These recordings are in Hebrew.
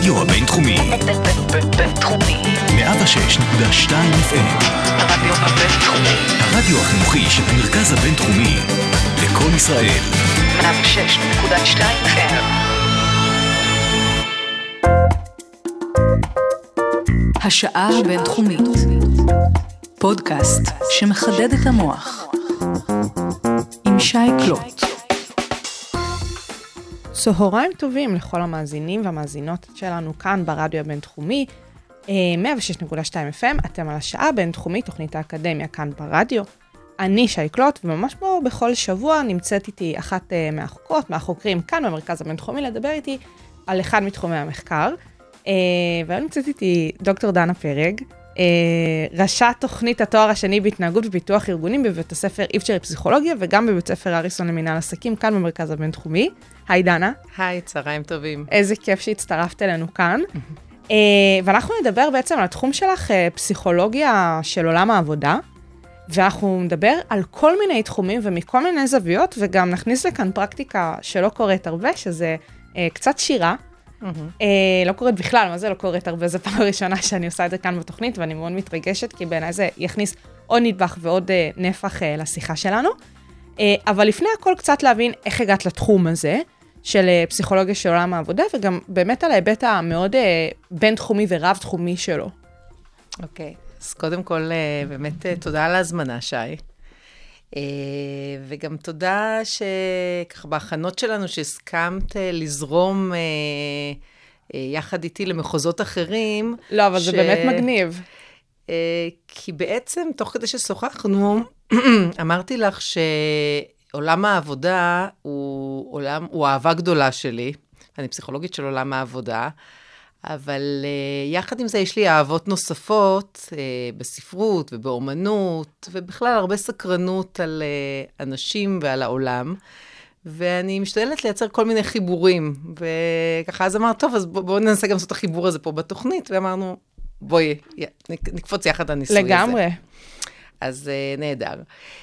הרדיו הבינתחומי. בינתחומי. 106.2 FM. הרדיו הבינתחומי. הרדיו החינוכי של המרכז הבינתחומי. לכל ישראל. 106.2 FM. השעה הבינתחומית. פודקאסט שמחדד את המוח. עם שי קלוט. צהריים טובים לכל המאזינים והמאזינות שלנו כאן ברדיו הבינתחומי, 106.2 FM, אתם על השעה הבינתחומית, תוכנית האקדמיה כאן ברדיו. אני שי קלוט, וממש כמו בכל שבוע נמצאת איתי אחת מהחוקרות, מהחוקרים כאן במרכז הבינתחומי, לדבר איתי על אחד מתחומי המחקר, והיום נמצאת איתי דוקטור דנה פרג, ראשת תוכנית התואר השני בהתנהגות ופיתוח ארגונים בבית הספר איפצ'ר לפסיכולוגיה, וגם בבית ספר אריסון למינהל עסקים כאן במרכז הבינתחומי. היי דנה. היי, צהריים טובים. איזה כיף שהצטרפת אלינו כאן. ואנחנו נדבר בעצם על התחום שלך, פסיכולוגיה של עולם העבודה, ואנחנו נדבר על כל מיני תחומים ומכל מיני זוויות, וגם נכניס לכאן פרקטיקה שלא קורית הרבה, שזה קצת שירה. לא קורית בכלל, מה זה לא קורית הרבה? זו פעם ראשונה שאני עושה את זה כאן בתוכנית, ואני מאוד מתרגשת, כי בעיניי זה יכניס עוד נדבך ועוד נפח לשיחה שלנו. אבל לפני הכל קצת להבין איך הגעת לתחום הזה, של פסיכולוגיה של עולם העבודה, וגם באמת על ההיבט המאוד בין-תחומי ורב-תחומי שלו. אוקיי, אז קודם כל, באמת תודה על ההזמנה, שי. וגם תודה שככה בהכנות שלנו שהסכמת לזרום יחד איתי למחוזות אחרים. לא, אבל זה באמת מגניב. כי בעצם, תוך כדי ששוחחנו, אמרתי לך שעולם העבודה הוא אהבה גדולה שלי. אני פסיכולוגית של עולם העבודה. אבל יחד עם זה יש לי אהבות נוספות בספרות ובאומנות, ובכלל הרבה סקרנות על אנשים ועל העולם, ואני משתדלת לייצר כל מיני חיבורים, וככה אז אמרת, טוב, אז בואו ננסה גם לעשות את החיבור הזה פה בתוכנית, ואמרנו, בואי, נקפוץ יחד הניסוי הזה. לגמרי. אז נהדר.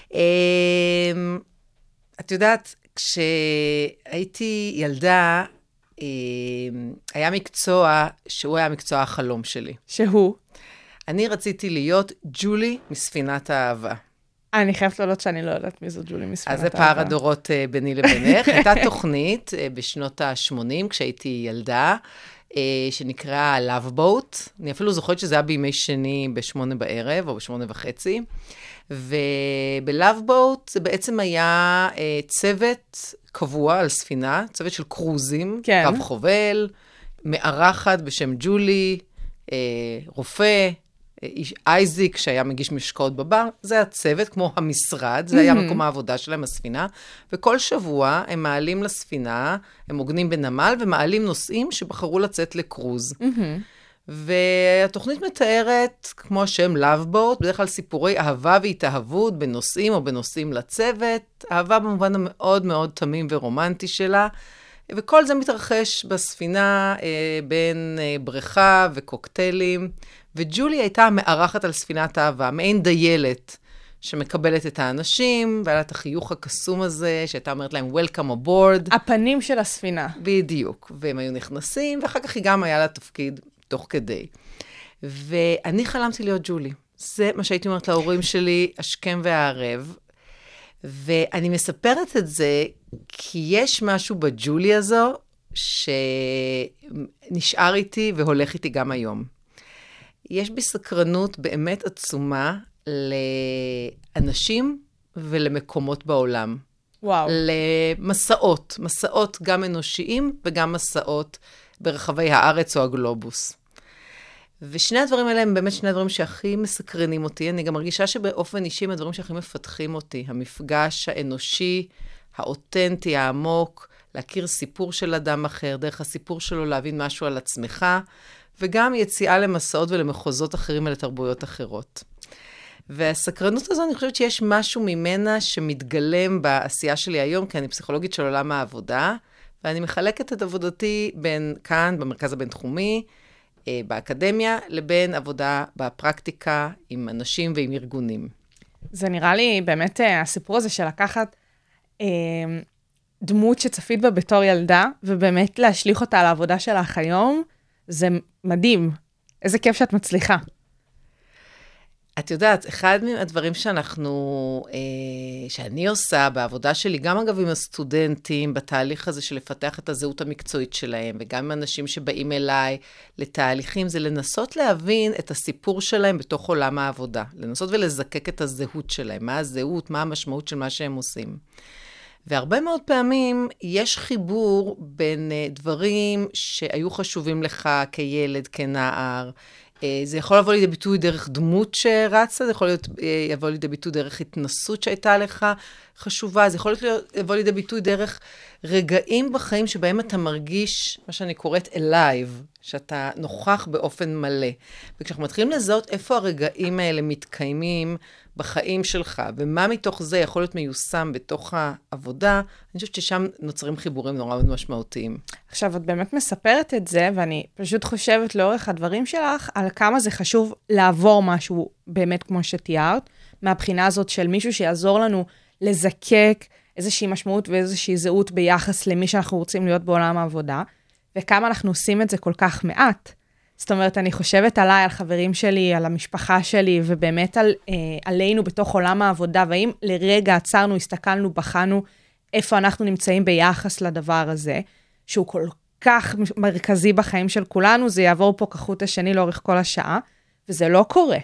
את יודעת, כשהייתי ילדה, היה מקצוע שהוא היה מקצוע החלום שלי. שהוא? אני רציתי להיות ג'ולי מספינת האהבה. אני חייבת להודות שאני לא יודעת מי זו ג'ולי מספינת אז זה האהבה. פער הדורות ביני לבינך. הייתה תוכנית בשנות ה-80, כשהייתי ילדה, שנקרא Love Boat. אני אפילו זוכרת שזה היה בימי שני ב-8 בערב, או ב-8:30. וב-Love Boat זה בעצם היה צוות קבוע על ספינה, צוות של קרוזים, כן. רב חובל, מארחת בשם ג'ולי, רופא, אייזיק שהיה מגיש משקאות בבר, זה הצוות כמו המשרד, זה היה מקום העבודה שלהם, הספינה, וכל שבוע הם מעלים לספינה, הם מוגנים בנמל ומעלים נוסעים שבחרו לצאת לקרוז. והתוכנית מתארת, כמו השם Love Boat, בדרך כלל סיפורי אהבה והתאהבות בנושאים או בנושאים לצוות, אהבה במובן המאוד מאוד תמים ורומנטי שלה, וכל זה מתרחש בספינה בין בריכה וקוקטיילים, וג'ולי הייתה מארחת על ספינת אהבה, מעין דיילת שמקבלת את האנשים, והיה לה את החיוך הקסום הזה, שהייתה אומרת להם Welcome aboard. הפנים של הספינה. בדיוק, והם היו נכנסים, ואחר כך היא גם היה לה תפקיד תוך כדי. ואני חלמתי להיות ג'ולי. זה מה שהייתי אומרת להורים שלי, השכם והערב. ואני מספרת את זה, כי יש משהו בג'ולי הזו, שנשאר איתי והולך איתי גם היום. יש בי סקרנות באמת עצומה לאנשים ולמקומות בעולם. וואו. למסעות, מסעות גם אנושיים וגם מסעות ברחבי הארץ או הגלובוס. ושני הדברים האלה הם באמת שני הדברים שהכי מסקרנים אותי. אני גם מרגישה שבאופן אישי הם הדברים שהכי מפתחים אותי. המפגש האנושי, האותנטי, העמוק, להכיר סיפור של אדם אחר, דרך הסיפור שלו להבין משהו על עצמך, וגם יציאה למסעות ולמחוזות אחרים ולתרבויות אחרות. והסקרנות הזו, אני חושבת שיש משהו ממנה שמתגלם בעשייה שלי היום, כי אני פסיכולוגית של עולם העבודה, ואני מחלקת את עבודתי בין כאן, במרכז הבינתחומי, באקדמיה, לבין עבודה בפרקטיקה עם אנשים ועם ארגונים. זה נראה לי באמת הסיפור הזה של לקחת דמות שצפית בה בתור ילדה, ובאמת להשליך אותה על העבודה שלך היום, זה מדהים. איזה כיף שאת מצליחה. את יודעת, אחד מהדברים שאני עושה בעבודה שלי, גם אגב עם הסטודנטים, בתהליך הזה של לפתח את הזהות המקצועית שלהם, וגם עם אנשים שבאים אליי לתהליכים, זה לנסות להבין את הסיפור שלהם בתוך עולם העבודה. לנסות ולזקק את הזהות שלהם, מה הזהות, מה המשמעות של מה שהם עושים. והרבה מאוד פעמים יש חיבור בין דברים שהיו חשובים לך כילד, כנער. זה יכול לבוא לידי ביטוי דרך דמות שרצה, זה יכול לבוא לידי ביטוי דרך התנסות שהייתה לך חשובה, זה יכול לבוא לידי ביטוי דרך רגעים בחיים שבהם אתה מרגיש, מה שאני קוראת alive, שאתה נוכח באופן מלא. וכשאנחנו מתחילים לזהות איפה הרגעים האלה מתקיימים בחיים שלך, ומה מתוך זה יכול להיות מיושם בתוך העבודה, אני חושבת ששם נוצרים חיבורים נורא מאוד משמעותיים. עכשיו, את באמת מספרת את זה, ואני פשוט חושבת לאורך הדברים שלך, על כמה זה חשוב לעבור משהו באמת כמו שתיארת, מהבחינה הזאת של מישהו שיעזור לנו לזקק איזושהי משמעות ואיזושהי זהות ביחס למי שאנחנו רוצים להיות בעולם העבודה, וכמה אנחנו עושים את זה כל כך מעט. זאת אומרת, אני חושבת עליי, על חברים שלי, על המשפחה שלי, ובאמת עלינו בתוך עולם העבודה, והאם לרגע עצרנו, הסתכלנו, בחנו, איפה אנחנו נמצאים ביחס לדבר הזה, שהוא כל כך מרכזי בחיים של כולנו, זה יעבור פה כחוט השני לאורך כל השעה, וזה לא קורה.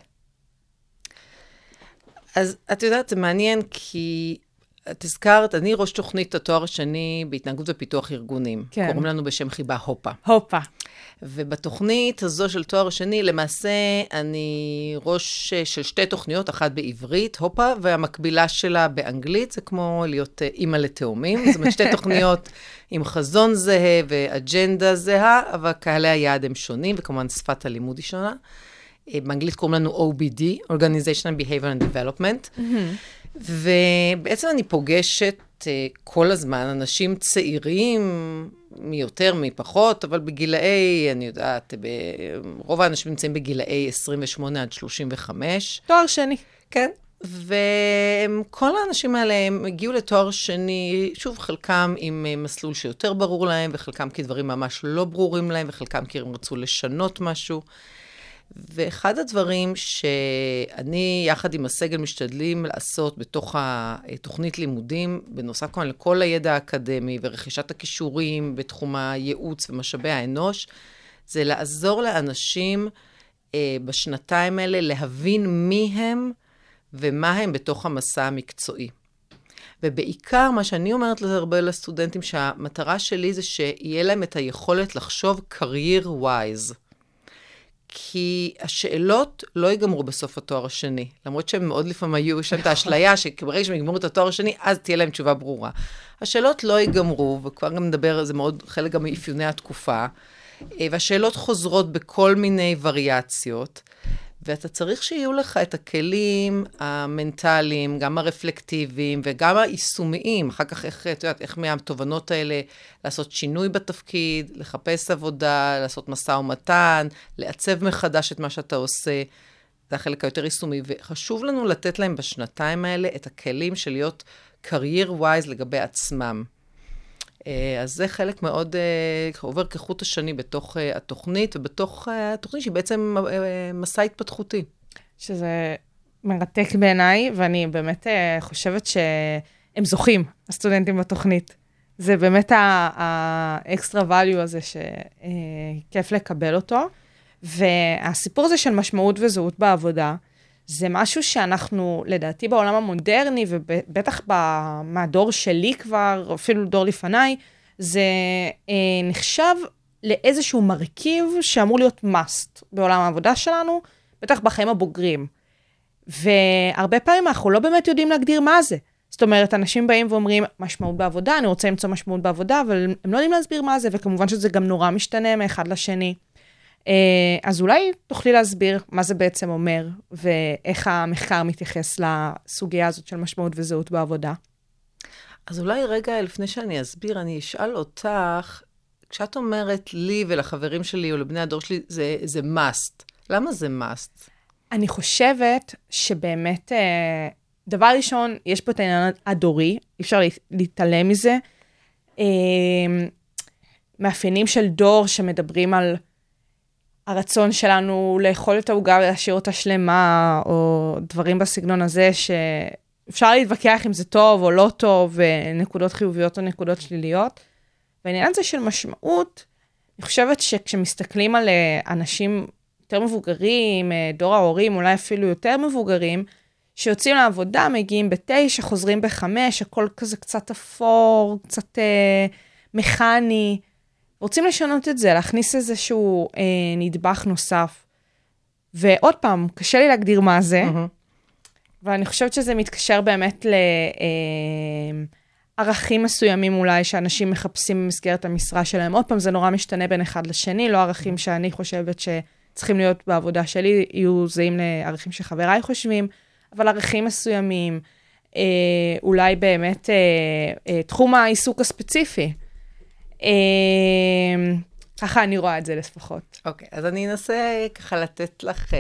אז את יודעת, זה מעניין, כי את הזכרת, אני ראש תוכנית התואר השני בהתנהגות ופיתוח ארגונים. כן. קוראים לנו בשם חיבה הופה. הופה. ובתוכנית הזו של תואר השני, למעשה אני ראש של שתי תוכניות, אחת בעברית, הופה, והמקבילה שלה באנגלית, זה כמו להיות אימא לתאומים. זאת אומרת, שתי תוכניות עם חזון זהה ואג'נדה זהה, אבל קהלי היעד הם שונים, וכמובן שפת הלימוד היא שונה. באנגלית קוראים לנו OBD, Organizational Behavior and Development. ובעצם אני פוגשת כל הזמן אנשים צעירים, מיותר, מפחות, אבל בגילאי, אני יודעת, רוב האנשים נמצאים בגילאי 28 עד 35. תואר שני. כן. וכל האנשים האלה הם הגיעו לתואר שני, שוב, חלקם עם מסלול שיותר ברור להם, וחלקם כדברים ממש לא ברורים להם, וחלקם כי הם רצו לשנות משהו. ואחד הדברים שאני יחד עם הסגל משתדלים לעשות בתוך התוכנית לימודים, בנוסף כמובן לכל הידע האקדמי ורכישת הכישורים בתחום הייעוץ ומשאבי האנוש, זה לעזור לאנשים בשנתיים האלה להבין מי הם ומה הם בתוך המסע המקצועי. ובעיקר מה שאני אומרת להרבה לסטודנטים, שהמטרה שלי זה שיהיה להם את היכולת לחשוב career wise. כי השאלות לא ייגמרו בסוף התואר השני, למרות שהם מאוד לפעמים היו, יש להם את האשליה, שברגע שהם יגמרו את התואר השני, אז תהיה להם תשובה ברורה. השאלות לא ייגמרו, וכבר גם נדבר, זה מאוד חלק גם מאפיוני התקופה, והשאלות חוזרות בכל מיני וריאציות, ואתה צריך שיהיו לך את הכלים המנטליים, גם הרפלקטיביים וגם היישומיים, אחר כך איך מהתובנות האלה לעשות שינוי בתפקיד, לחפש עבודה, לעשות משא ומתן, לעצב מחדש את מה שאתה עושה, זה החלק היותר יישומי, וחשוב לנו לתת להם בשנתיים האלה את הכלים של להיות career wise לגבי עצמם. אז זה חלק מאוד עובר כחוט השני בתוך התוכנית, ובתוך התוכנית שהיא בעצם מסע התפתחותי. שזה מרתק בעיניי, ואני באמת חושבת שהם זוכים, הסטודנטים בתוכנית. זה באמת האקסטרה value הזה שכיף לקבל אותו. והסיפור הזה של משמעות וזהות בעבודה, זה משהו שאנחנו, לדעתי, בעולם המודרני, ובטח מהדור שלי כבר, אפילו דור לפניי, זה נחשב לאיזשהו מרכיב שאמור להיות must בעולם העבודה שלנו, בטח בחיים הבוגרים. והרבה פעמים אנחנו לא באמת יודעים להגדיר מה זה. זאת אומרת, אנשים באים ואומרים, משמעות בעבודה, אני רוצה למצוא משמעות בעבודה, אבל הם לא יודעים להסביר מה זה, וכמובן שזה גם נורא משתנה מאחד לשני. אז אולי תוכלי להסביר מה זה בעצם אומר, ואיך המחקר מתייחס לסוגיה הזאת של משמעות וזהות בעבודה. אז אולי רגע לפני שאני אסביר, אני אשאל אותך, כשאת אומרת לי ולחברים שלי או לבני הדור שלי, זה must. למה זה must? אני חושבת שבאמת, דבר ראשון, יש פה את העניין הדורי, אי אפשר להתעלם מזה. מאפיינים של דור שמדברים על הרצון שלנו לאכול את העוגה ולהשאיר אותה שלמה, או דברים בסגנון הזה שאפשר להתווכח אם זה טוב או לא טוב, נקודות חיוביות או נקודות שליליות. והעניין הזה של משמעות, אני חושבת שכשמסתכלים על אנשים יותר מבוגרים, דור ההורים, אולי אפילו יותר מבוגרים, שיוצאים לעבודה, מגיעים ב9, חוזרים ב5, הכל כזה קצת אפור, קצת מכני. רוצים לשנות את זה, להכניס איזשהו נדבך נוסף. ועוד פעם, קשה לי להגדיר מה זה, ואני חושבת שזה מתקשר באמת לערכים מסוימים אולי, שאנשים מחפשים במסגרת המשרה שלהם. עוד פעם, זה נורא משתנה בין אחד לשני, לא ערכים שאני חושבת שצריכים להיות בעבודה שלי, יהיו זהים לערכים שחבריי חושבים, אבל ערכים מסוימים, אולי באמת תחום העיסוק הספציפי. ככה אני רואה את זה לפחות. אוקיי, אז אני אנסה ככה לתת לך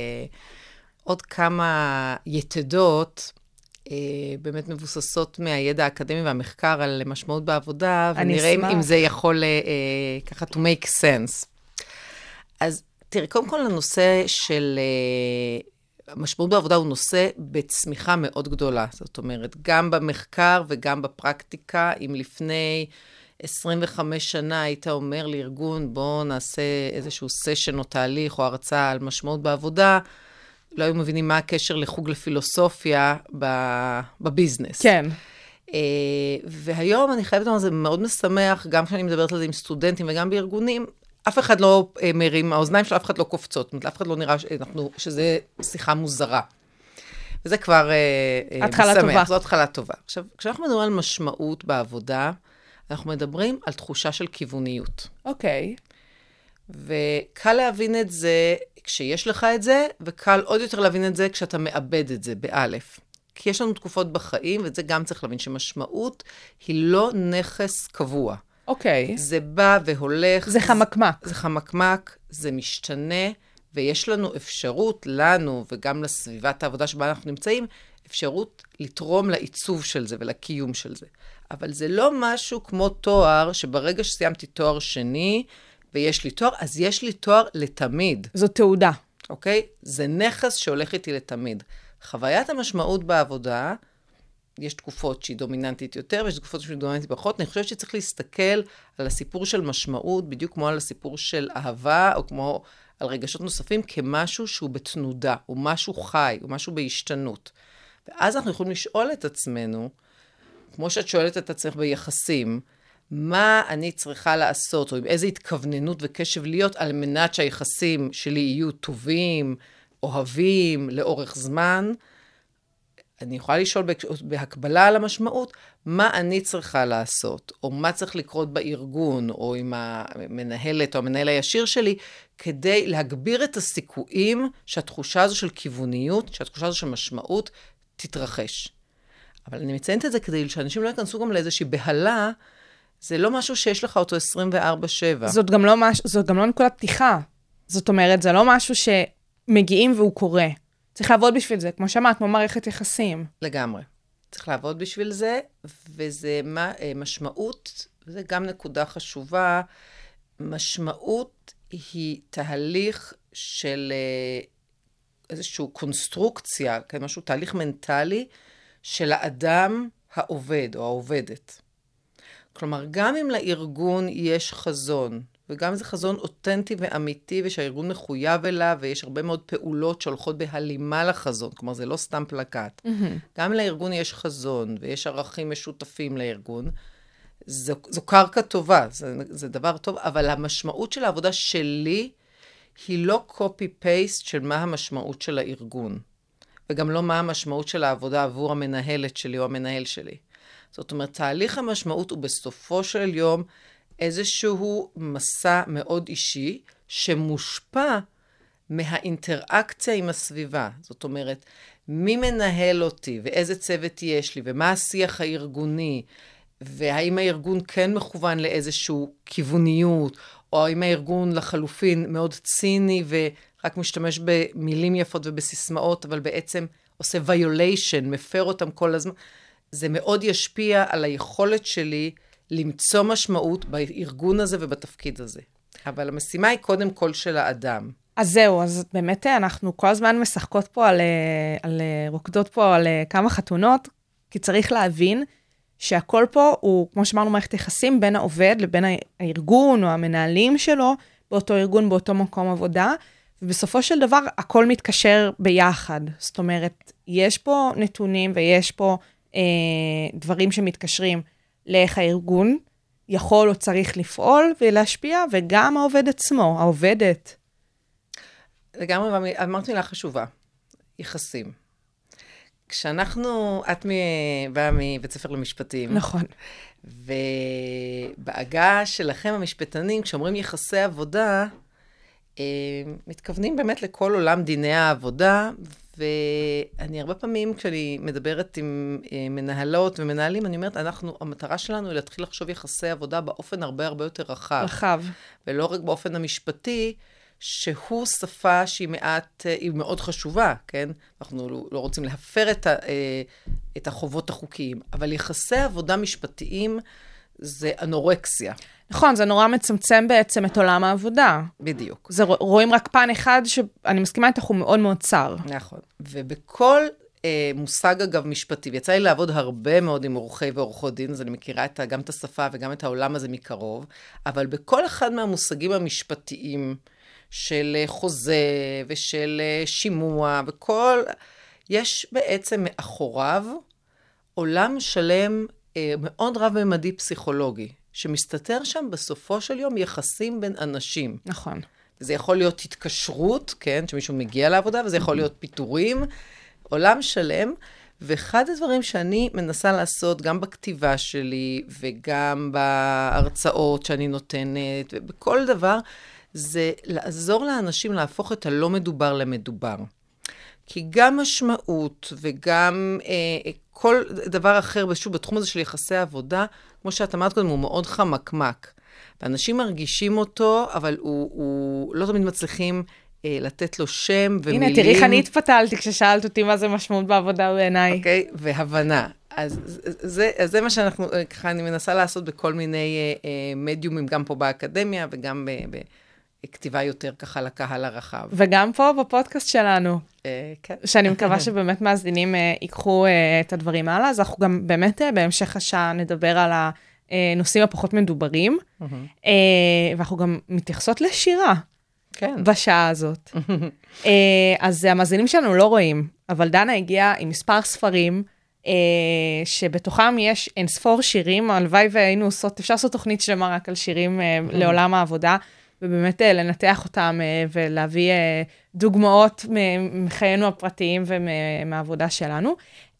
עוד כמה יתדות, באמת מבוססות מהידע האקדמי והמחקר על משמעות בעבודה, ונראה אם זה יכול ככה to make sense. אז תראי, קודם כל הנושא של המשמעות בעבודה הוא נושא בצמיחה מאוד גדולה. זאת אומרת, גם במחקר וגם בפרקטיקה, אם לפני 25 שנה היית אומר לארגון, בוא נעשה איזשהו סשן או תהליך או הרצאה על משמעות בעבודה, לא היו מבינים מה הקשר לחוג לפילוסופיה בביזנס. כן. והיום אני חייבת לומר, זה מאוד משמח, גם כשאני מדברת על זה עם סטודנטים וגם בארגונים, אף אחד לא מרים, האוזניים של אף אחד לא קופצות, אף אחד לא נראה שזה שיחה מוזרה. וזה כבר התחלה טובה. זו התחלה טובה. עכשיו, כשאנחנו מדברים על משמעות בעבודה, אנחנו מדברים על תחושה של כיווניות. אוקיי. וקל להבין את זה כשיש לך את זה, וקל עוד יותר להבין את זה כשאתה מאבד את זה, באלף. כי יש לנו תקופות בחיים, ואת זה גם צריך להבין, שמשמעות היא לא נכס קבוע. אוקיי. זה בא והולך. זה חמקמק. זה חמקמק, זה משתנה, ויש לנו אפשרות, לנו וגם לסביבת העבודה שבה אנחנו נמצאים, אפשרות לתרום לעיצוב של זה ולקיום של זה. אבל זה לא משהו כמו תואר, שברגע שסיימתי תואר שני, ויש לי תואר, אז יש לי תואר לתמיד. זו תעודה. אוקיי? זה נכס שהולך איתי לתמיד. חוויית המשמעות בעבודה, יש תקופות שהיא דומיננטית יותר, ויש תקופות שהיא דומיננטית פחות. אני חושבת שצריך להסתכל על הסיפור של משמעות, בדיוק כמו על הסיפור של אהבה, או כמו על רגשות נוספים, כמשהו שהוא בתנודה, הוא משהו חי, הוא משהו בהשתנות. ואז אנחנו יכולים לשאול את עצמנו, כמו שאת שואלת את עצמך ביחסים, מה אני צריכה לעשות, או עם איזו התכווננות וקשב להיות, על מנת שהיחסים שלי יהיו טובים, אוהבים, לאורך זמן. אני יכולה לשאול בהקבלה על המשמעות, מה אני צריכה לעשות, או מה צריך לקרות בארגון, או עם המנהלת או המנהל הישיר שלי, כדי להגביר את הסיכויים שהתחושה הזו של כיווניות, שהתחושה הזו של משמעות, תתרחש. אבל אני מציינת את זה כדי שאנשים לא ייכנסו גם לאיזושהי בהלה, זה לא משהו שיש לך אותו 24/7. זאת גם לא נקודת פתיחה. זאת אומרת, זה לא משהו שמגיעים והוא קורה. צריך לעבוד בשביל זה, כמו שאמרת, כמו מערכת יחסים. לגמרי. צריך לעבוד בשביל זה, וזה משמעות, וזה גם נקודה חשובה, משמעות היא תהליך של איזושהי קונסטרוקציה, משהו, תהליך מנטלי, של האדם העובד או העובדת. כלומר, גם אם לארגון יש חזון, וגם אם זה חזון אותנטי ואמיתי, ושהארגון מחויב אליו, ויש הרבה מאוד פעולות שהולכות בהלימה לחזון, כלומר, זה לא סתם פלקט. גם אם לארגון יש חזון, ויש ערכים משותפים לארגון, זו קרקע טובה, זה דבר טוב, אבל המשמעות של העבודה שלי, היא לא copy-paste של מה המשמעות של הארגון. וגם לא מה המשמעות של העבודה עבור המנהלת שלי או המנהל שלי. זאת אומרת, תהליך המשמעות הוא בסופו של יום איזשהו מסע מאוד אישי, שמושפע מהאינטראקציה עם הסביבה. זאת אומרת, מי מנהל אותי, ואיזה צוות יש לי, ומה השיח הארגוני, והאם הארגון כן מכוון לאיזשהו כיווניות, או האם הארגון לחלופין מאוד ציני, ורק משתמש במילים יפות ובסיסמאות, אבל בעצם עושה violation, מפר אותם כל הזמן. זה מאוד ישפיע על היכולת שלי למצוא משמעות בארגון הזה ובתפקיד הזה. אבל המשימה היא קודם כל של האדם. אז זהו, אז באמת אנחנו כל הזמן משחקות פה רוקדות פה על כמה חתונות, כי צריך להבין שהכל פה הוא, כמו שאמרנו, מערכת יחסים בין העובד לבין הארגון או המנהלים שלו, באותו ארגון, באותו מקום עבודה, ובסופו של דבר הכל מתקשר ביחד. זאת אומרת, יש פה נתונים ויש פה דברים שמתקשרים לאיך הארגון יכול או צריך לפעול ולהשפיע, וגם העובד עצמו, העובדת. לגמרי, אמרת מילה חשובה, יחסים. כשאנחנו, את באה מבית ספר למשפטים. נכון. ובעגה שלכם המשפטנים, כשאומרים יחסי עבודה, מתכוונים באמת לכל עולם דיני העבודה, ואני הרבה פעמים, כשאני מדברת עם מנהלות ומנהלים, אני אומרת, המטרה שלנו היא להתחיל לחשוב יחסי עבודה באופן הרבה הרבה יותר רחב. רחב. ולא רק באופן המשפטי, שהוא שפה שהיא היא מאוד חשובה, כן? אנחנו לא רוצים להפר את החובות החוקיים, אבל יחסי עבודה משפטיים זה אנורקסיה. נכון, זה נורא מצמצם בעצם את עולם העבודה. בדיוק. רואים רק פן אחד שאני מסכימה איתך, הוא מאוד מאוד צר. נכון. ובכל מושג אגב משפטי, ויצא לי לעבוד הרבה מאוד עם עורכי ועורכות דין, אז אני מכירה גם את השפה וגם את העולם הזה מקרוב, אבל בכל אחד מהמושגים המשפטיים, של חוזה ושל שימוע יש בעצם מאחוריו עולם שלם מאוד רב-ממדי פסיכולוגי, שמסתתר שם בסופו של יום יחסים בין אנשים. נכון. זה יכול להיות התקשרות, כן, שמישהו מגיע לעבודה, וזה יכול להיות פיטורים, עולם שלם, ואחד הדברים שאני מנסה לעשות גם בכתיבה שלי, וגם בהרצאות שאני נותנת, ובכל דבר, זה לעזור לאנשים להפוך את הלא מדובר למדובר. כי גם משמעות וגם כל דבר אחר בתחום הזה של יחסי עבודה, כמו שאת אמרת קודם, הוא מאוד חמקמק. ואנשים מרגישים אותו, אבל הוא לא תמיד מצליחים לתת לו שם ומילים. הנה, תראי איך אני התפתלתי כששאלת אותי מה זה משמעות בעבודה בעיניי. אוקיי, והבנה. אז זה מה שאנחנו, ככה אני מנסה לעשות בכל מיני מדיומים, גם פה באקדמיה וגם כתיבה יותר ככה לקהל הרחב. וגם פה בפודקאסט שלנו. כן. שאני מקווה שבאמת מאזינים ייקחו את הדברים הלאה, אז אנחנו גם באמת בהמשך השעה נדבר על הנושאים הפחות מדוברים, ואנחנו גם מתייחסות לשירה בשעה הזאת. אז המאזינים שלנו לא רואים, אבל דנה הגיעה עם מספר ספרים, שבתוכם יש אינספור שירים, הלוואי והיינו אפשר לעשות תוכנית שלמה רק על שירים לעולם העבודה, ובאמת לנתח אותם ולהביא דוגמאות מחיינו הפרטיים ומהעבודה שלנו.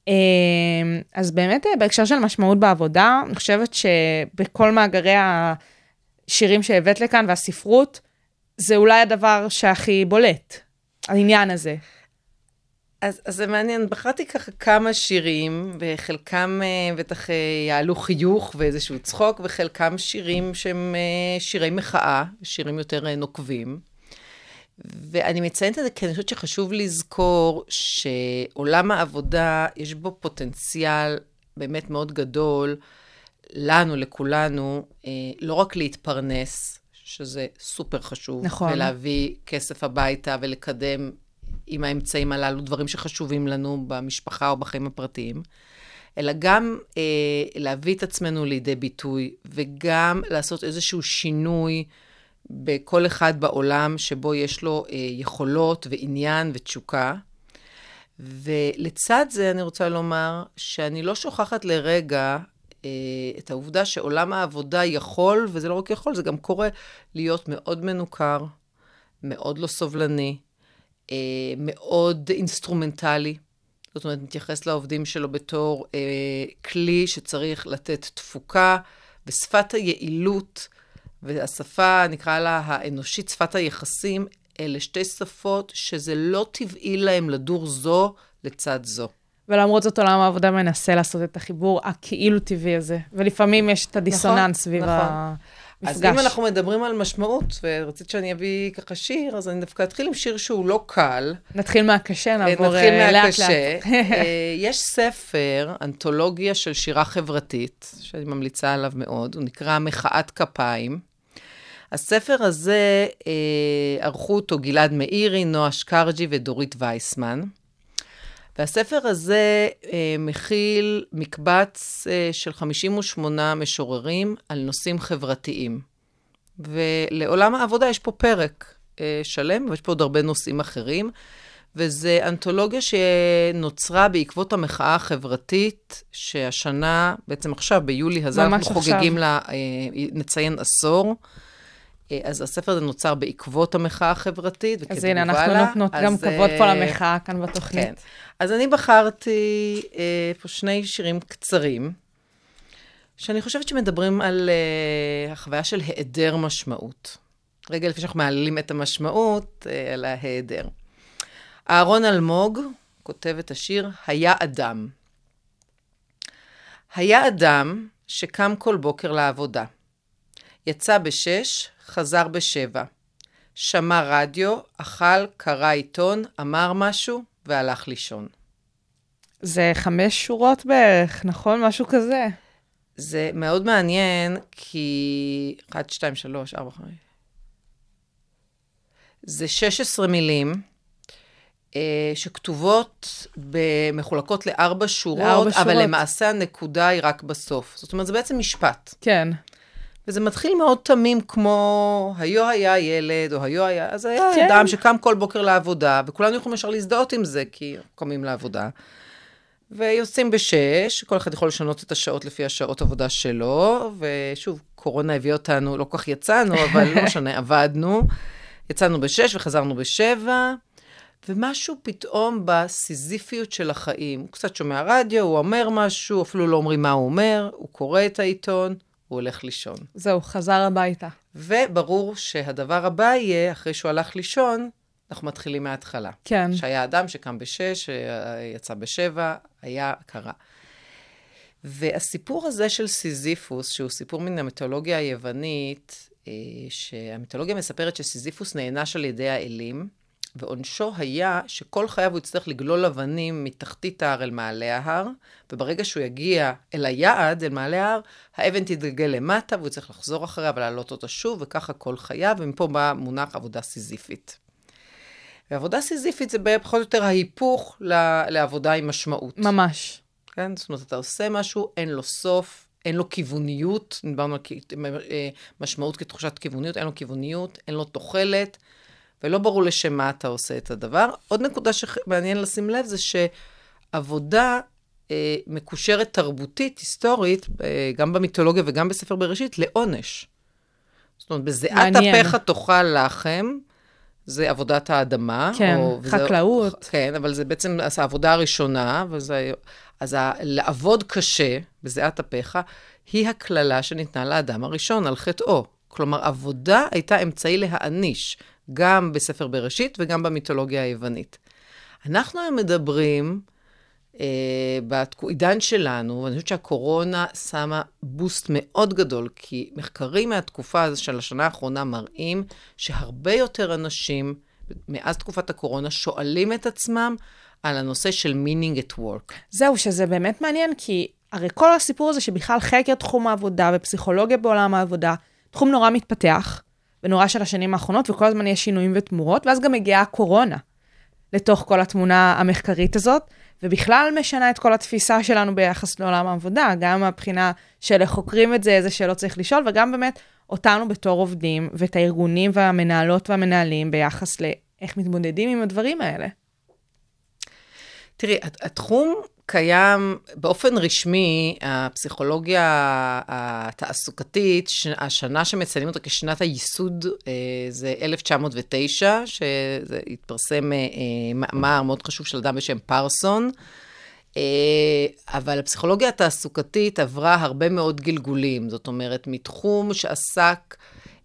אז באמת בהקשר של משמעות בעבודה, אני חושבת שבכל מאגרי השירים שהבאת לכאן והספרות, זה אולי הדבר שהכי בולט, העניין הזה. אז זה מעניין, בחרתי ככה כמה שירים, וחלקם בטח יעלו חיוך ואיזשהו צחוק, וחלקם שירים שהם שירי מחאה, שירים יותר נוקבים. ואני מציינת את זה, כי אני חושבת שחשוב לזכור שעולם העבודה, יש בו פוטנציאל באמת מאוד גדול, לנו, לכולנו, לא רק להתפרנס, שזה סופר חשוב, נכון. ולהביא כסף הביתה ולקדם עם האמצעים הללו, דברים שחשובים לנו במשפחה או בחיים הפרטיים, אלא גם להביא את עצמנו לידי ביטוי, וגם לעשות איזשהו שינוי בכל אחד בעולם, שבו יש לו יכולות ועניין ותשוקה. ולצד זה אני רוצה לומר, שאני לא שוכחת לרגע את העובדה שעולם העבודה יכול, וזה לא רק יכול, זה גם קורה, להיות מאוד מנוכר, מאוד לא סובלני, מאוד אינסטרומנטלי. זאת אומרת, נתייחס לעובדים שלו בתור כלי שצריך לתת תפוקה, ושפת היעילות, והשפה, נקרא לה האנושית, שפת היחסים, אלה שתי שפות שזה לא טבעי להם לדור זו לצד זו. ולמרות זאת עולם העבודה מנסה לעשות את החיבור הכאילו טבעי הזה, ולפעמים יש את הדיסוננס סביב המפגש. אז אם אנחנו מדברים על משמעות, ורצית שאני אביא ככה שיר, אז אני דווקא אתחיל עם שיר שהוא לא קל. נתחיל מהקשה, נעבור לאט לאט. יש ספר, אנתולוגיה של שירה חברתית, שאני ממליצה עליו מאוד, הוא נקרא מחאת כפיים. הספר הזה, ערכו אותו גלעד מאירי, נועה שקרג'י ודורית וייסמן. והספר הזה מכיל מקבץ של 58 משוררים על נושאים חברתיים. ולעולם העבודה יש פה פרק שלם, ויש פה עוד הרבה נושאים אחרים. וזה אנתולוגיה שנוצרה בעקבות המחאה החברתית, שהשנה, בעצם עכשיו, ביולי הזה, אנחנו חוגגים לה, נציין עשור. אז הספר הזה נוצר בעקבות המחאה החברתית, אז הנה, אנחנו נותנות גם כבוד פה למחאה כאן בתוכנית. כן. אז אני בחרתי פה שני שירים קצרים, שאני חושבת שמדברים על החוויה של היעדר משמעות. רגע לפני שאנחנו מעלים את המשמעות, על ההיעדר. אהרון אלמוג כותב את השיר, היה אדם. היה אדם שקם כל בוקר לעבודה. יצא ב-6, חזר ב-7. שמע רדיו, אכל, קרא עיתון, אמר משהו והלך לישון. זה 5 שורות בערך, נכון? משהו כזה. זה מאוד מעניין, כי 1, 2, 3, 4, 5. זה 16 מילים. שכתובות מחולקות ל4 שורות, אבל למעשה הנקודה היא רק בסוף. זאת אומרת, זה בעצם משפט. כן. וזה מתחיל מאוד תמים, כמו, היו היה ילד, או היו היה, אז היה אדם שקם כל בוקר לעבודה, וכולנו יכולים ישר להזדהות עם זה, כי קמים לעבודה. ויוצאים ב-6, כל אחד יכול לשנות את השעות לפי השעות עבודה שלו, ושוב, קורונה הביא אותנו, לא כל כך יצאנו, אבל לא משנה, עבדנו. יצאנו ב-6 וחזרנו ב-7, ומשהו פתאום בסיזיפיות של החיים. הוא קצת שומע רדיו, הוא אומר משהו, אפילו לא אומרים מה הוא אומר, הוא קורא את העיתון, הוא הולך לישון. זהו, חזר הביתה. וברור שהדבר הבא יהיה, אחרי שהוא הלך לישון, אנחנו מתחילים מההתחלה. כן. שהיה אדם שקם ב-6, יצא ב-7, היה קרה. והסיפור הזה של סיזיפוס, שהוא סיפור מן המיתולוגיה היוונית, שהמיתולוגיה מספרת שסיזיפוס נענש על ידי האלים, ועונשו היה שכל חייו הוא יצטרך לגלול אבנים מתחתית ההר אל מעלה ההר, וברגע שהוא יגיע אל היעד, אל מעלה ההר, האבן תתגלגל למטה, והוא צריך לחזור אחריה ולעלות אותה שוב, וככה כל חייו, ומפה בא מונח עבודה סיזיפית. ועבודה סיזיפית זה פחות או יותר ההיפוך לעבודה עם משמעות. ממש. כן? זאת אומרת, אתה עושה משהו, אין לו סוף, אין לו כיווניות, דיברנו על משמעות כתחושת כיווניות, אין לו כיווניות, אין לו תוחלת, ולא ברור לשם מה אתה עושה את הדבר. עוד נקודה שמעניין לשים לב זה שעבודה מקושרת תרבותית, היסטורית, גם במיתולוגיה וגם בספר בראשית, לעונש. זאת אומרת, בזיעת אפיך תאכל לחם, זה עבודת האדמה. כן, חקלאות. כן, אבל זה בעצם העבודה הראשונה, אז לעבוד קשה בזיעת אפיך, היא הכללה שניתנה לאדם הראשון על חטאו. כלומר, עבודה הייתה אמצעי להעניש, גם בספר בראשית וגם במיתולוגיה היוונית. אנחנו היום מדברים בעידן שלנו, ואני חושבת שהקורונה שמה בוסט מאוד גדול, כי מחקרים מהתקופה הזו של השנה האחרונה מראים שהרבה יותר אנשים, מאז תקופת הקורונה, שואלים את עצמם על הנושא של meaning at work. זהו, שזה באמת מעניין, כי הרי כל הסיפור הזה שבכלל חקר תחום העבודה ופסיכולוגיה בעולם העבודה, תחום נורא מתפתח, ונורא של השנים האחרונות, וכל הזמן יש שינויים ותמורות, ואז גם מגיעה הקורונה לתוך כל התמונה המחקרית הזאת, ובכלל משנה את כל התפיסה שלנו ביחס לעולם העבודה, גם הבחינה של חוקרים את זה, איזה שלא צריך לשאול, וגם באמת אותנו בתור עובדים, ואת הארגונים והמנהלות והמנהלים ביחס לאיך מתמודדים עם הדברים האלה. תראי, התחום קיים באופן רשמי, הפסיכולוגיה התעסוקתית, השנה שמציינים אותה כשנת הייסוד, זה 1909, שזה התפרסם מאמר מאוד חשוב של אדם בשם פרסון, אבל הפסיכולוגיה התעסוקתית עברה הרבה מאוד גלגולים, זאת אומרת, מתחום שעסק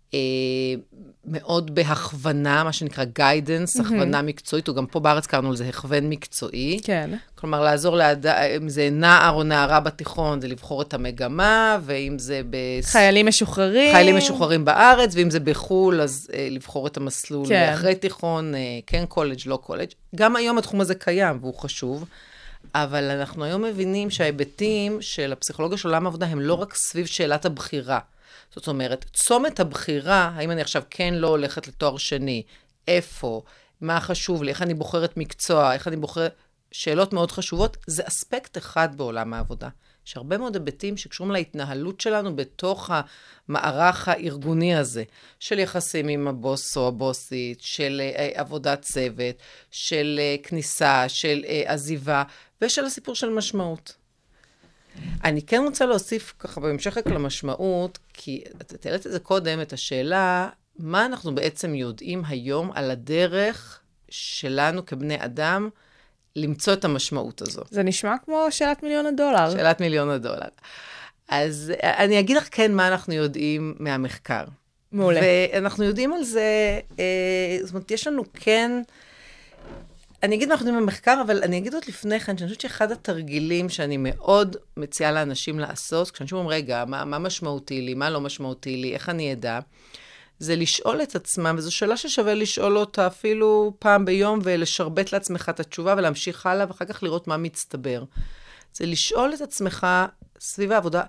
מאוד בהכוונה, מה שנקרא guidance, הכוונה מקצועית, וגם פה בארץ קראנו לזה הכוון מקצועי. כן. כלומר, לעזור אם זה נער או נערה בתיכון, זה לבחור את המגמה, ואם זה חיילים משוחררים. חיילים משוחררים בארץ, ואם זה בחול, אז לבחור את המסלול אחרי תיכון, כן קולג', לא קולג'. גם היום התחום הזה קיים, והוא חשוב, אבל אנחנו היום מבינים שההיבטים של הפסיכולוגיה של עולם העבודה, הם לא רק סביב שאלת הבחירה, זאת אומרת, צומת הבחירה, האם אני עכשיו כן לא הולכת לתואר שני, איפה, מה חשוב לי, איך אני בוחרת מקצוע, איך אני בוחרת, שאלות מאוד חשובות, זה אספקט אחד בעולם העבודה. יש הרבה מאוד היבטים שקשורים להתנהלות שלנו בתוך המערך הארגוני הזה, של יחסים עם הבוס או הבוסית, של עבודת צוות, של כניסה, של עזיבה, ושל הסיפור של משמעות. אני כן רוצה להוסיף ככה בהמשך למשמעות, כי את העלית את זה קודם, את השאלה, מה אנחנו בעצם יודעים היום על הדרך שלנו כבני אדם, למצוא את המשמעות הזו. זה נשמע כמו שאלת $1,000,000. שאלת $1,000,000. אז אני אגיד לך כן מה אנחנו יודעים מהמחקר. מעולה. ואנחנו יודעים על זה, זאת אומרת, יש לנו כן, אני אגיד מה אנחנו יודעים מהמחקר, אבל אני אגיד עוד לפני כן, שאני חושבת שאחד התרגילים שאני מאוד מציעה לאנשים לעשות, כשאנשים אומרים, רגע, מה משמעותי לי, מה לא משמעותי לי, איך אני אדע, זה לשאול את עצמם, וזו שאלה ששווה לשאול אותה אפילו פעם ביום, ולשרבט לעצמך את התשובה, ולהמשיך הלאה, ואחר כך לראות מה מצטבר. זה לשאול את עצמך סביב העבודה,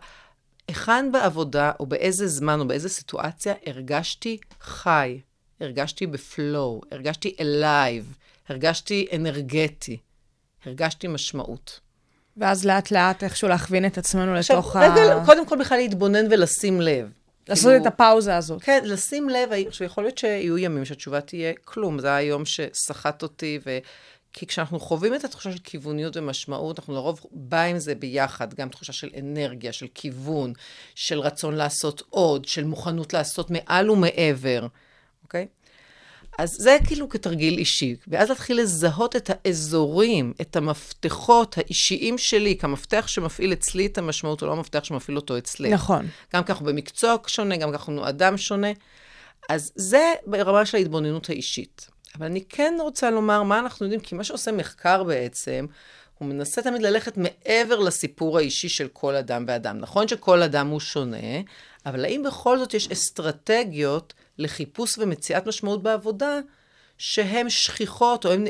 היכן בעבודה, או באיזה זמן, או באיזה סיטואציה, הרגשתי חי, הרגשתי בפלואו, הרגשתי alive, הרגשתי אנרגטי, הרגשתי משמעות. ואז לאט לאט איכשהו להכווין את עצמנו לתוך רגע, קודם כל בכלל להתבונן ולשים לב. לעשות את הפאוזה הזאת. כן, לשים לב, שיכול להיות שיהיו ימים שהתשובה תהיה כלום. זה היום ששחט אותי, כי כשאנחנו חווים את התחושה של כיווניות ומשמעות, אנחנו לרוב בא עם זה ביחד, גם תחושה של אנרגיה, של כיוון, של רצון לעשות עוד, של מוכנות לעשות מעל ומעבר, אוקיי? אז זה כאילו כתרגיל אישי, ואז להתחיל לזהות את האזורים, את המפתחות האישיים שלי, כמפתח שמפעיל אצלי את המשמעות, או לא המפתח שמפעיל אותו אצלי. נכון. גם כך במקצוע שונה, גם כך אנחנו אדם שונה. אז זה ברמה של ההתבוננות האישית. אבל אני כן רוצה לומר מה אנחנו יודעים, כי מה שעושה מחקר בעצם, הוא מנסה תמיד ללכת מעבר לסיפור האישי של כל אדם ואדם. נכון שכל אדם הוא שונה, אבל האם בכל זאת יש אסטרטגיות לחיפוש ומציאת משמעות בעבודה, שהן שכיחות או הן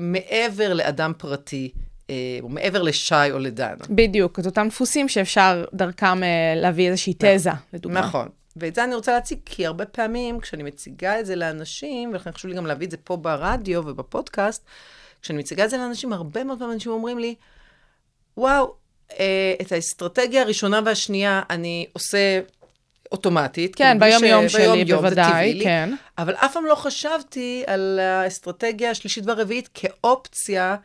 מעבר לאדם פרטי, או מעבר לשי או לדן. בדיוק, את אותם דפוסים שאפשר דרכם להביא איזושהי תזה, לדוגמה. נכון. ואת זה אני רוצה להציג, כי הרבה פעמים כשאני מציגה את זה לאנשים, ולכן חשוב לי גם להביא את זה פה ברדיו ובפודקאסט, כשאני מציגה את זה לאנשים, הרבה מאוד פעמים אנשים אומרים לי, וואו, את האסטרטגיה הראשונה והשנייה אני עושה אוטומטית. כן, ביום-יום שלי בוודאי, כן. אבל אף פעם לא חשבתי על האסטרטגיה השלישית והרביעית כאופציה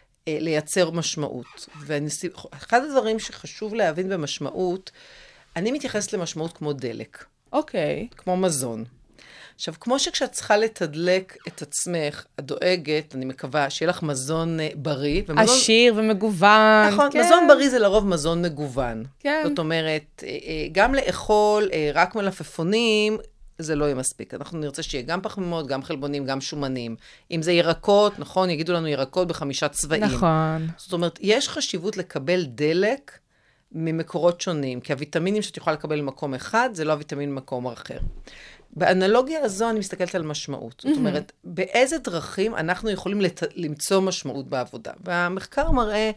לייצר משמעות. ואחד הדברים שחשוב להבין במשמעות, אני מתייחסת למשמעות כמו דלק. אוקיי. כמו מזון. עכשיו, כמו שכשאת צריכה לתדלק את עצמך, את דואגת, אני מקווה, שיהיה לך מזון בריא. עשיר ומגוון. נכון, כן. מזון בריא זה לרוב מזון מגוון. כן. זאת אומרת, גם לאכול רק מלפפונים, זה לא יהיה מספיק. אנחנו נרצה שיהיה גם פחמימות, גם חלבונים, גם שומנים. אם זה ירקות, נכון, יגידו לנו ירקות ב5 צבעים. נכון. זאת אומרת, יש חשיבות לקבל דלק ממקורות שונים, כי הוויטמינים שאת יכולה לקבל במקום אחד, זה לא הוויטמין במקום אחר. באנלוגיה הזו אני מסתכלת על משמעות. זאת אומרת, באיזה דרכים אנחנו יכולים למצוא משמעות בעבודה. והמחקר מראה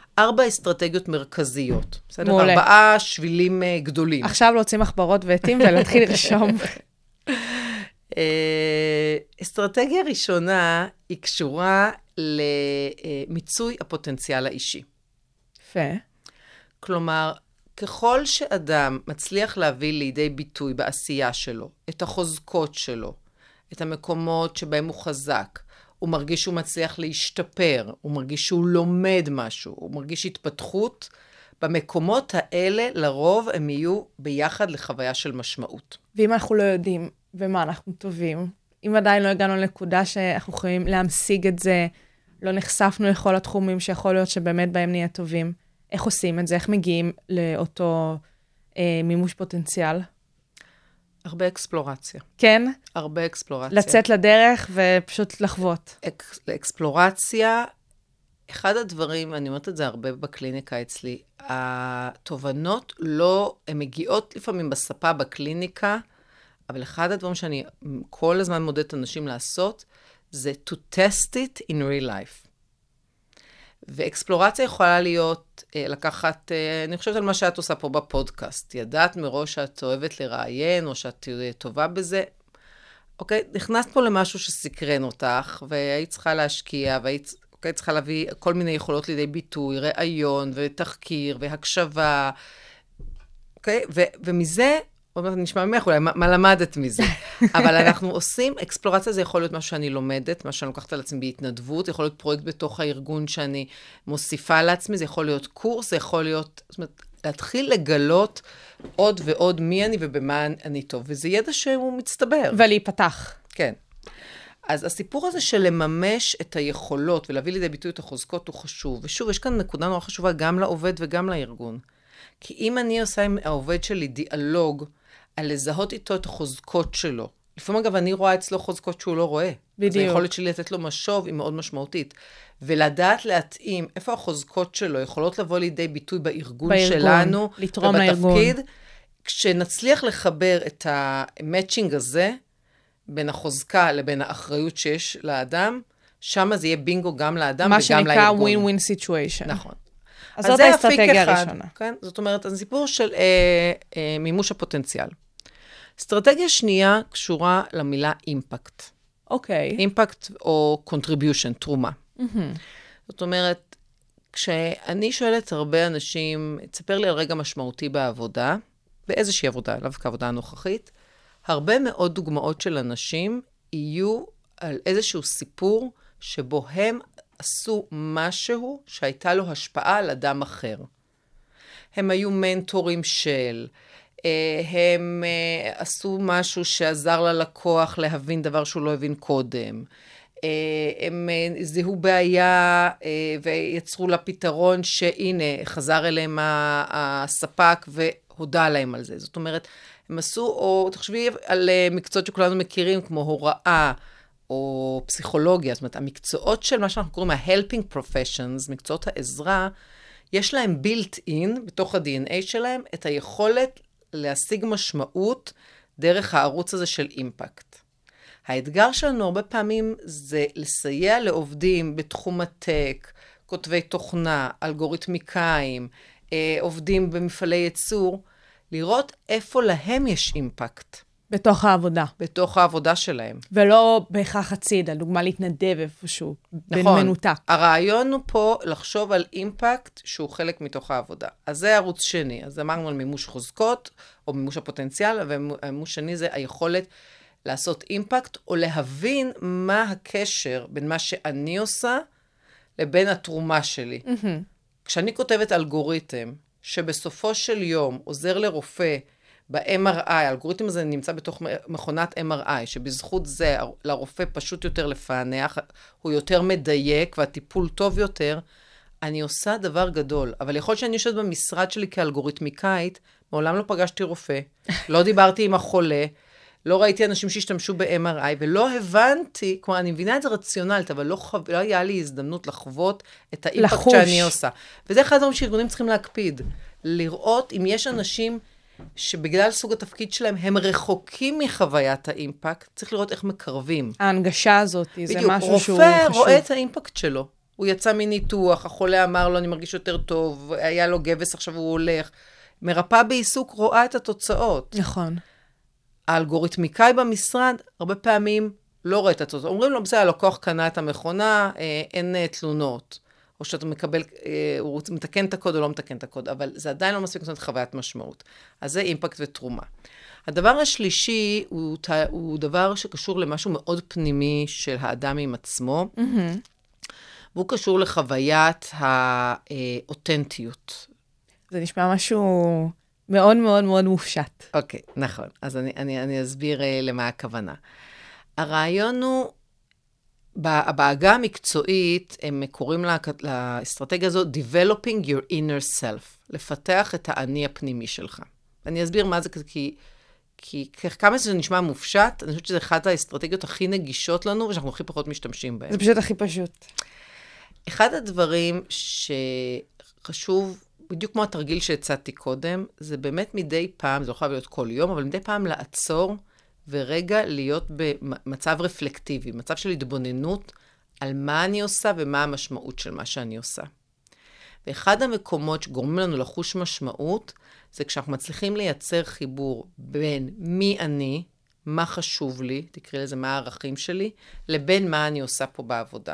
4 אסטרטגיות מרכזיות. בסדר? 4 שבילים גדולים. עכשיו להוציא מחברות ועטים ולהתחיל לרשום. אסטרטגיה ראשונה היא קשורה למיצוי הפוטנציאל האישי. יפה. כלומר, ככל שאדם מצליח להביא לידי ביטוי בעשייה שלו, את החוזקות שלו, את המקומות שבהם הוא חזק, הוא מרגיש שהוא מצליח להשתפר, הוא מרגיש שהוא לומד משהו, הוא מרגיש התפתחות, במקומות האלה לרוב הם יהיו ביחד לחוויה של משמעות. ואם אנחנו לא יודעים במה אנחנו טובים, אם עדיין לא הגענו לנקודה שאנחנו יכולים להמשיג את זה, לא נחשפנו לכל התחומים שיכול להיות שבאמת בהם נהיה טובים, איך עושים את זה? איך מגיעים לאותו מימוש פוטנציאל? הרבה אקספלורציה. כן? הרבה אקספלורציה. לצאת לדרך ופשוט לחוות. לאקספלורציה, אחד הדברים, אני אומרת את זה הרבה בקליניקה אצלי, התובנות לא, הן מגיעות לפעמים בספה בקליניקה, אבל אחד הדברים שאני כל הזמן מודדת אנשים לעשות, זה to test it in real life. ואקספלורציה יכולה להיות לקחת, אני חושבת על מה שאת עושה פה בפודקאסט. ידעת מראש שאת אוהבת לראיין, או שאת טובה בזה. אוקיי, נכנסת פה למשהו שסקרן אותך, והיית צריכה להשקיע, והיית צריכה להביא כל מיני יכולות לידי ביטוי, ראיון ותחקיר והקשבה. אוקיי, ומזה, עוד מעט נשמע ממך אולי, מה למדת מזה? אבל אנחנו עושים, אקספלורציה זה יכול להיות משהו שאני לומדת, מה שאני לוקחת על עצמי בהתנדבות, יכול להיות פרויקט בתוך הארגון שאני מוסיפה לעצמי, זה יכול להיות קורס, זה יכול להיות, זאת אומרת, להתחיל לגלות עוד ועוד מי אני ובמה אני טוב, וזה ידע שהוא מצטבר. ולהיפתח. כן. אז הסיפור הזה של לממש את היכולות ולהביא לידי ביטוי את החוזקות הוא חשוב. ושוב, יש כאן נקודה נורא חשובה גם לעובד וגם לארגון. כי אם אני עושה עם העובד שלי דיאלוג על לזהות איתו את החוזקות שלו, לפעמים אגב אני רואה אצלו חוזקות שהוא לא רואה. בדיוק. אז היכולת שלי לתת לו משוב היא מאוד משמעותית. ולדעת להתאים איפה החוזקות שלו יכולות לבוא לידי ביטוי בארגון שלנו. לתרום לארגון. כשנצליח לחבר את המאצ'ינג הזה, בין החוזקה לבין האחריות שיש לאדם, שם זה יהיה בינגו גם לאדם וגם לארגון. מה שנקרא win-win situation. נכון. אז זאת האסטרטגיה הראשונה. כן? זאת אומרת, הסיפור של מימוש הפוטנציאל. אסטרטגיה שנייה קשורה למילה אימפקט. אוקיי. אימפקט או contribution, תרומה. זאת אומרת, כשאני שואלת הרבה אנשים, תספר לי על רגע משמעותי בעבודה, באיזושהי עבודה, לאו כעבודה הנוכחית, הרבה מאוד דוגמאות של אנשים יהיו על איזשהו סיפור שבו הם עשו משהו שהייתה לו השפעה על אדם אחר. הם היו מנטורים של, הם עשו משהו שעזר ללקוח להבין דבר שהוא לא הבין קודם. הם זיהו בעיה ויצרו לה פתרון שהנה חזר אליהם הספק והודע להם על זה. זאת אומרת, הם עשו, או תחשבי על מקצועות שכולנו מכירים, כמו הוראה או פסיכולוגיה, זאת אומרת, המקצועות של מה שאנחנו קוראים ה-helping professions, מקצועות העזרה, יש להם built in, בתוך ה-DNA שלהם, את היכולת להשיג משמעות דרך הערוץ הזה של אימפקט. האתגר שלנו הרבה פעמים זה לסייע לעובדים בתחום הטק, כותבי תוכנה, אלגוריתמיקאים, עובדים במפעלי ייצור, לראות איפה להם יש אימפקט. בתוך העבודה. בתוך העבודה שלהם. ולא בהכרח הצידה, דוגמה להתנדב איפשהו, נכון. מנותק. הרעיון הוא פה לחשוב על אימפקט שהוא חלק מתוך העבודה. אז זה ערוץ שני. אז אמרנו על מימוש חוזקות, או מימוש הפוטנציאל, והמימוש שני זה היכולת לעשות אימפקט, או להבין מה הקשר בין מה שאני עושה, לבין התרומה שלי. כשאני כותבת אלגוריתם, שבסופו של יום עוזר לרופא ב-MRI, האלגוריתם הזה נמצא בתוך מכונת MRI, שבזכות זה לרופא פשוט יותר לפענח, הוא יותר מדייק והטיפול טוב יותר, אני עושה דבר גדול. אבל יכול שאני יושבת במשרד שלי כאלגוריתמיקאית, מעולם לא פגשתי רופא, לא דיברתי עם החולה, לא ראיתי אנשים שהשתמשו ב-MRI, ולא הבנתי, כלומר, אני מבינה את זה רציונלית, אבל לא היה לי הזדמנות לחוות את האימפקט שאני עושה. וזה אחד הדברים שארגונים צריכים להקפיד. לראות אם יש אנשים שבגלל סוג התפקיד שלהם, הם רחוקים מחוויית האימפקט, צריך לראות איך מקרבים. ההנגשה הזאת, זה משהו שהוא רופא חשוב. רואה את האימפקט שלו. הוא יצא מניתוח, החולה אמר לו, אני מרגיש יותר טוב, היה לו גבס, עכשיו הוא הולך. מרפאה בעיסוק רואה את התוצאות. נכון. האלגוריתמיקאי במשרד, הרבה פעמים לא רואה את התוצאות. אומרים לו, בסדר, הלקוח קנה את המכונה, אין תלונות. או שאתה מקבל, הוא מתקן את הקוד או לא מתקן את הקוד, אבל זה עדיין לא מספיק נותנת חוויית משמעות. אז זה אימפקט ותרומה. הדבר השלישי הוא דבר שקשור למשהו מאוד פנימי של האדם עם עצמו, והוא קשור לחוויית האותנטיות. זה נשמע משהו מאוד מאוד מאוד מופשט. אוקיי, נכון. אז אני אסביר למה הכוונה. הרעיון הוא, בעגה המקצועית, הם קוראים לאסטרטגיה הזו, developing your inner self, לפתח את האני הפנימי שלך. אני אסביר מה זה, כי כמה שזה נשמע מופשט, אני חושבת שזה אחת האסטרטגיות הכי נגישות לנו, ושאנחנו הכי פחות משתמשים בהן. זה פשוט הכי פשוט. אחד הדברים שחשוב, בדיוק כמו התרגיל שהצעתי קודם, זה באמת מדי פעם, זה לא יכול להיות כל יום, אבל מדי פעם לעצור, ורגע להיות במצב רפלקטיבי, מצב של התבוננות על מה אני עושה ומה המשמעות של מה שאני עושה. ואחד המקומות שגורמים לנו לחוש משמעות, זה כשאנחנו מצליחים לייצר חיבור בין מי אני, מה חשוב לי, תקראי לזה מה הערכים שלי, לבין מה אני עושה פה בעבודה.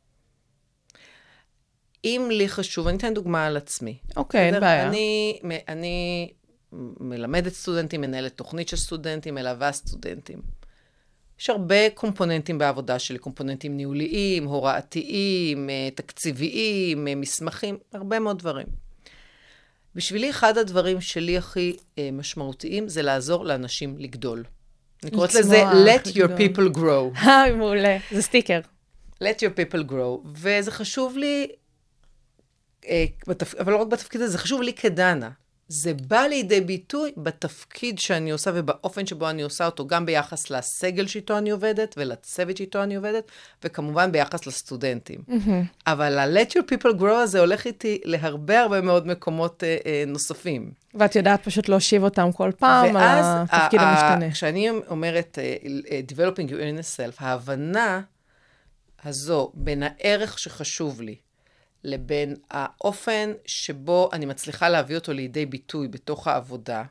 אם לי חשוב, אני אתן דוגמה על עצמי. אוקיי, אין בעיה. אני מלמדת סטודנטים, מנהלת תוכנית של סטודנטים, מלווה סטודנטים. יש הרבה קומפוננטים בעבודה שלי, קומפוננטים ניהוליים, הוראתיים, תקציביים, מסמכים, הרבה מאוד דברים. בשבילי אחד הדברים שלי הכי משמעותיים זה לעזור לאנשים לגדול. אני קוראת לזה let your people grow. מעולה, זה סטיקר. let your people grow. וזה חשוב לי, אבל לא רק בתפקיד הזה, זה חשוב לי כדנה. זה בא לידי ביטוי בתפקיד שאני עושה ובאופן שבו אני עושה אותו, גם ביחס לסגל שאיתו אני עובדת ולצוות שאיתו אני עובדת, וכמובן ביחס לסטודנטים. אבל ה-let your people grow הזה הולך איתי להרבה מאוד מקומות נוספים. ואת יודעת פשוט להושיב אותם כל פעם על התפקיד המשתנה. כשאני אומרת developing your inner self, ההבנה הזו בין הערך שחשוב לי, לבין האופן שבו אני מצליחה להביא אותו לידי ביטוי בתוך העבודה,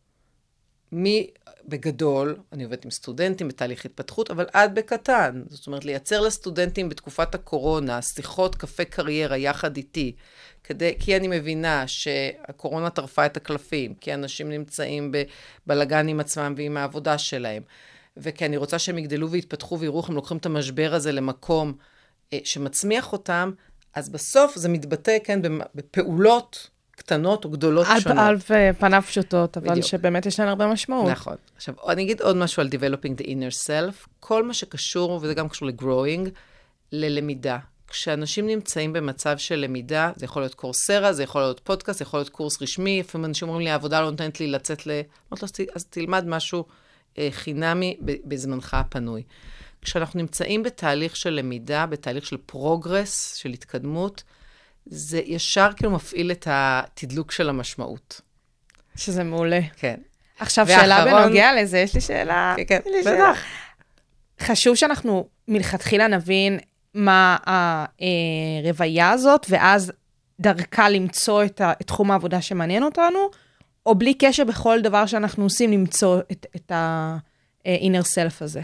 בגדול, אני עובדת עם סטודנטים בתהליך התפתחות, אבל עד בקטן. זאת אומרת, לייצר לסטודנטים בתקופת הקורונה, שיחות קפה קריירה יחד איתי, כי אני מבינה שהקורונה טרפה את הקלפים, כי אנשים נמצאים בבלגן עם עצמם ועם העבודה שלהם, וכי אני רוצה שהם יגדלו והתפתחו ויראו איך הם לוקחים את המשבר הזה למקום שמצמיח אותם, אז בסוף זה מתבטא, כן, בפעולות קטנות או גדולות שונות. על פניו פשוטות, אבל בדיוק. שבאמת יש להן הרבה משמעות. נכון. עכשיו, אני אגיד עוד משהו על developing the inner self. כל מה שקשור, וזה גם קשור ל-growing, ללמידה. כשאנשים נמצאים במצב של למידה, זה יכול להיות קורסרה, זה יכול להיות פודקאסט, זה יכול להיות קורס רשמי, לפעמים אנשים אומרים לי, העבודה לא נותנת לי לצאת אז תלמד משהו חינמי בזמנך הפנוי. כשאנחנו נמצאים בתהליך של למידה, בתהליך של פרוגרס, של התקדמות, זה ישר כאילו מפעיל את התדלוק של המשמעות. שזה מעולה. כן. עכשיו, שאלה בנוגע לזה, יש לי שאלה. כן, בטח. חשוב שאנחנו מלכתחילה נבין מה הרוויה הזאת, ואז דרכה למצוא את תחום העבודה שמעניין אותנו, או בלי קשר בכל דבר שאנחנו עושים, למצוא את ה-inner self הזה.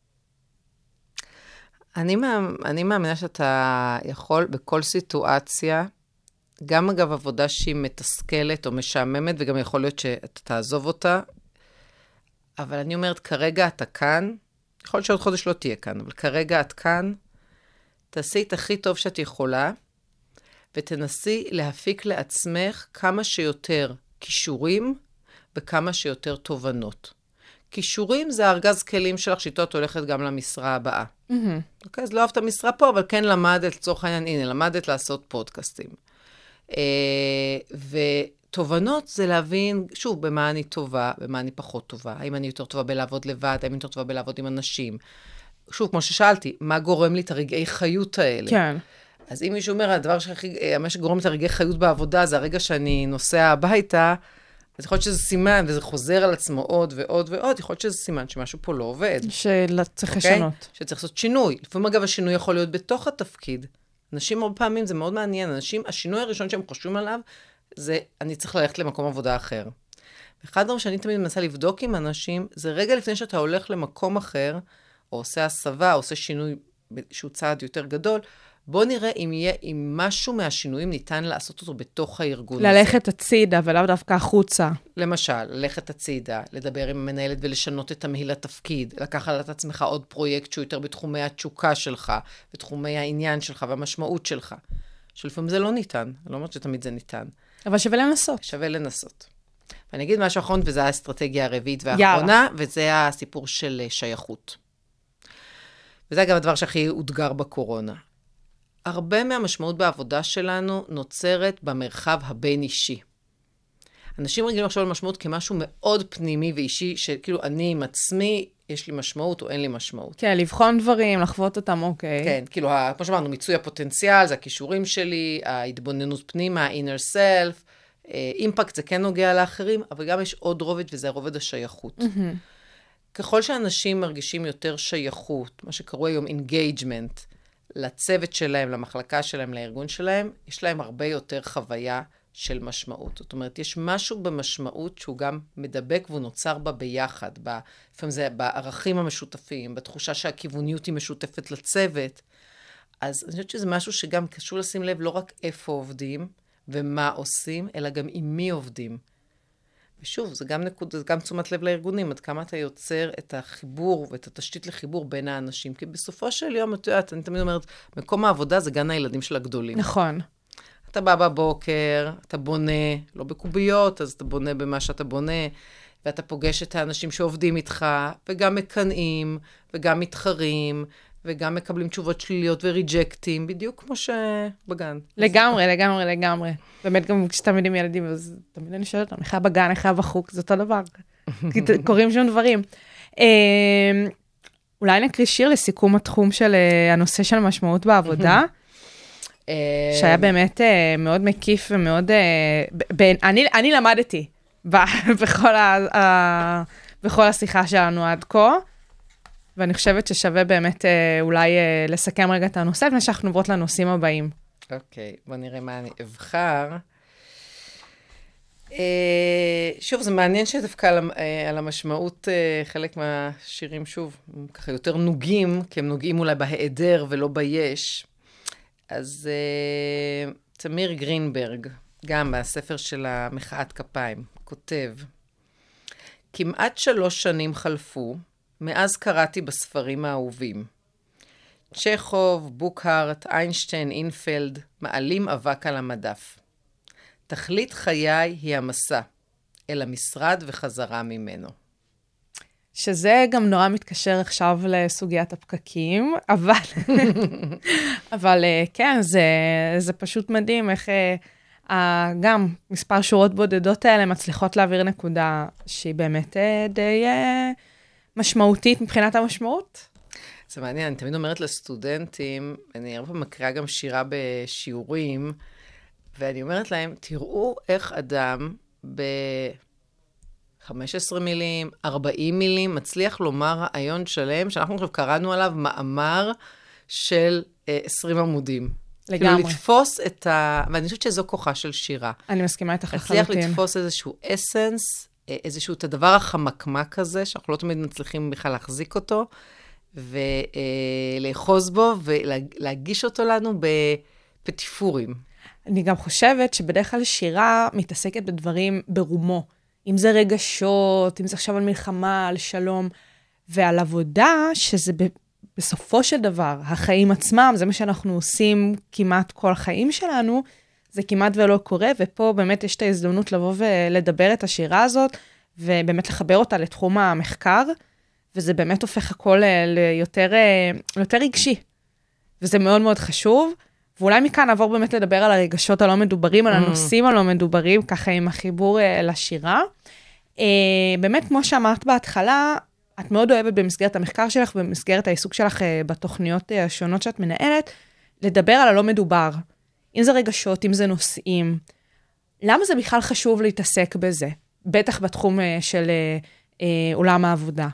אני מאמינה שאתה יכול בכל סיטואציה, גם אגב עבודה שהיא מתסכלת או משעממת, וגם יכול להיות שאתה תעזוב אותה, אבל אני אומרת, כרגע אתה כאן, יכול להיות שעוד חודש לא תהיה כאן, אבל כרגע את כאן, תעשי את הכי טוב שאת יכולה, ותנסי להפיק לעצמך כמה שיותר כישורים, וכמה שיותר תובנות. כישורים זה ארגז כלים שלך, שיטות הולכת גם למשרה הבאה. אוקיי, אז לא אהבת המשרה פה, אבל כן למדת, לצורך העניין, הנה, למדת לעשות פודקאסטים. ותובנות זה להבין, שוב, במה אני טובה, במה אני פחות טובה, האם אני יותר טובה בלעבוד לבד, האם אני יותר טובה בלעבוד עם אנשים. שוב, כמו ששאלתי, מה גורם לי את הרגעי חיות האלה? כן. אז אם מישהו אומר, מה שגורם לי את הרגעי חיות בעבודה, זה הרגע שאני נוסע הביתה, אז יכול להיות שזה סימן, וזה חוזר על עצמו עוד ועוד ועוד, יכול להיות שזה סימן שמשהו פה לא עובד. שצריך לשנות. שצריך לעשות שינוי. לפעמים אגב, השינוי יכול להיות בתוך התפקיד. אנשים הרבה פעמים, זה מאוד מעניין, אנשים, השינוי הראשון שהם חושבים עליו, זה אני צריך ללכת למקום עבודה אחר. ואחד הדברים שאני תמיד מנסה לבדוק עם אנשים, זה רגע לפני שאתה הולך למקום אחר, או עושה הסבה, או עושה שינוי שהוא צעד יותר גדול, בוא נראה אם משהו מהשינויים ניתן לעשות אותו בתוך הארגון הזה. ללכת הצידה ולאו דווקא החוצה. למשל, ללכת הצידה, לדבר עם המנהלת ולשנות את תמהיל התפקיד, לקחת את עצמך עוד פרויקט שהוא יותר בתחומי התשוקה שלך, בתחומי העניין שלך והמשמעות שלך. שלפעמים זה לא ניתן, אני לא אומרת שתמיד זה ניתן. אבל שווה לנסות. שווה לנסות. ואני אגיד משהו אחרון, וזה האסטרטגיה הרביעית והאחרונה, וזה הסיפור של שייכות. וזה גם הדבר שהכי הודגר בקורונה. הרבה מהמשמעות בעבודה שלנו נוצרת במרחב הבין-אישי. אנשים רגילים לחשוב על משמעות כמשהו מאוד פנימי ואישי, שכאילו אני עם עצמי, יש לי משמעות או אין לי משמעות. כן, לבחון דברים, לחוות אותם, אוקיי. כן, כאילו, כמו שאמרנו, מיצוי הפוטנציאל, זה הכישורים שלי, ההתבוננות פנימה, ה-inner self, אימפקט זה כן נוגע לאחרים, אבל גם יש עוד רובד, וזה הרובד השייכות. ככל שאנשים מרגישים יותר שייכות, מה שקרוי היום engagement, לצוות שלהם, למחלקה שלהם, לארגון שלהם, יש להם הרבה יותר חוויה של משמעות. זאת אומרת, יש משהו במשמעות שהוא גם מדבק והוא נוצר בה ביחד, לפעמים זה בערכים המשותפים, בתחושה שהכיווניות היא משותפת לצוות. אז אני חושבת שזה משהו שגם קשור לשים לב לא רק איפה עובדים ומה עושים, אלא גם עם מי עובדים. ושוב, זה גם תשומת לב לארגונים, עד כמה אתה יוצר את החיבור ואת התשתית לחיבור בין האנשים. כי בסופו של יום, את יודעת, אני תמיד אומרת, מקום העבודה זה גן הילדים של הגדולים. נכון. אתה בא בבוקר, אתה בונה, לא בקוביות, אז אתה בונה במה שאתה בונה, ואתה פוגש את האנשים שעובדים איתך, וגם מקנאים, וגם מתחרים, וגם מקבלים תשובות שליליות וריג'קטים, בדיוק כמו שבגן. לגמרי. באמת גם כשתמיד עם ילדים, אז תמיד אני שואלת אותם, איך היה בגן, איך היה בחוג, זה אותו דבר. כי קוראים שם דברים. אולי נקריא שיר לסיכום התחום של הנושא של המשמעות בעבודה, שהיה באמת מאוד מקיף ומאוד... אני למדתי בכל השיחה שלנו עד כה, ואני חושבת ששווה באמת אולי לסכם רגע את הנושא, לפני שאנחנו עוברות לנושאים הבאים. אוקיי, בוא נראה מה אני אבחר. שוב, זה מעניין שדווקא על המשמעות, חלק מהשירים, שוב, ככה יותר נוגעים, כי הם נוגעים אולי בהיעדר ולא ביש. אז תמיר גרינברג, גם בספר של המחאת כפיים, כותב, כמעט 3 שנים חלפו, מאז קראתי בספרים האהובים. צ'כוב, בוקהארט, איינשטיין, אינפלד, מעלים אבק על המדף. תכלית חיי היא המסע, אל המשרד וחזרה ממנו. שזה גם נורא מתקשר עכשיו לסוגיית הפקקים, אבל כן, זה פשוט מדהים איך גם מספר שורות בודדות האלה מצליחות להעביר נקודה שהיא באמת די משמעותית מבחינת המשמעות. זה מעניין, אני תמיד אומרת לסטודנטים, אני הרבה פעמים מקריאה גם שירה בשיעורים, ואני אומרת להם, תראו איך אדם ב-15 מילים, 40 מילים, מצליח לומר רעיון שלם, שאנחנו עכשיו קראנו עליו מאמר של 20 עמודים. לגמרי. כאילו לתפוס את ואני חושבת שזו כוחה של שירה. אני מסכימה איתך לחלוטין. להצליח לתפוס איזשהו אסנס, איזשהו את הדבר החמקמק הזה, שאנחנו לא תמיד מצליחים בכלל להחזיק אותו, ולאחוז בו, ולהגיש אותו לנו בפטיפורים. אני גם חושבת שבדרך כלל שירה מתעסקת בדברים ברומו. אם זה רגשות, אם זה עכשיו על מלחמה, על שלום, ועל עבודה, שזה בסופו של דבר, החיים עצמם, זה מה שאנחנו עושים כמעט כל החיים שלנו, זה כמעט ולא קורה, ופה באמת יש את ההזדמנות לבוא ולדבר את השירה הזאת, ובאמת לחבר אותה לתחום המחקר, וזה באמת הופך הכל ליותר רגשי. וזה מאוד מאוד חשוב, ואולי מכאן נעבור באמת לדבר על הרגשות הלא מדוברים, על הנושאים הלא מדוברים, ככה עם החיבור לשירה. באמת, כמו שאמרת בהתחלה, את מאוד אוהבת במסגרת המחקר שלך, במסגרת העיסוק שלך בתוכניות השונות שאת מנהלת, לדבר על הלא מדובר. אם זה רגשות, אם זה נושאים. למה זה בכלל חשוב להתעסק בזה? בטח בתחום של עולם העבודה.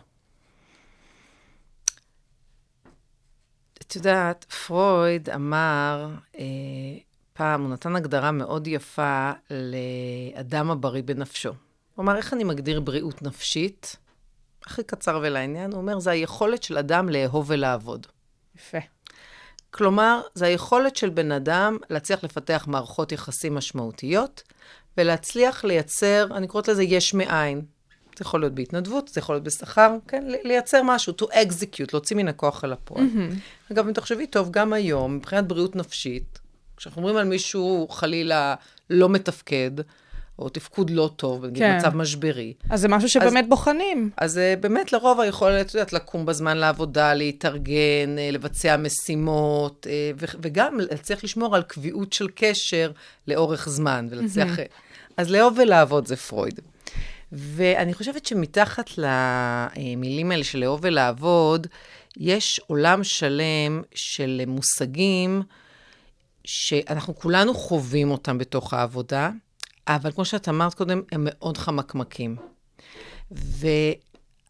את יודעת, פרויד אמר, פעם הוא נתן הגדרה מאוד יפה לאדם הבריא בנפשו. הוא אמר, איך אני מגדיר בריאות נפשית? הכי קצר ולעניין, הוא אומר, זה היכולת של אדם לאהוב ולעבוד. יפה. כלומר, זה היכולת של בן אדם להצליח לפתח מערכות יחסים משמעותיות, ולהצליח לייצר, אני קוראת לזה יש מאין. זה יכול להיות בהתנדבות, זה יכול להיות בשכר, כן? לייצר משהו, to execute, להוציא מן הכוח אל הפועל. אגב, אם תחשבי טוב, גם היום, מבחינת בריאות נפשית, כשאנחנו אומרים על מישהו חלילה לא מתפקד, או תפקוד לא טוב, נגיד מצב משברי. אז זה משהו שבאמת בוחנים. אז באמת לרוב היכולת, את יודעת, לקום בזמן לעבודה, להתארגן, לבצע משימות, וגם להצליח לשמור על קביעות של קשר לאורך זמן, ולהצליח... אז לאהוב ולעבוד זה פרויד. ואני חושבת שמתחת למילים האלה של לאהוב ולעבוד, יש עולם שלם של מושגים שאנחנו כולנו חווים אותם בתוך העבודה, אבל כמו שאת אמרת קודם, הם מאוד חמקמקים.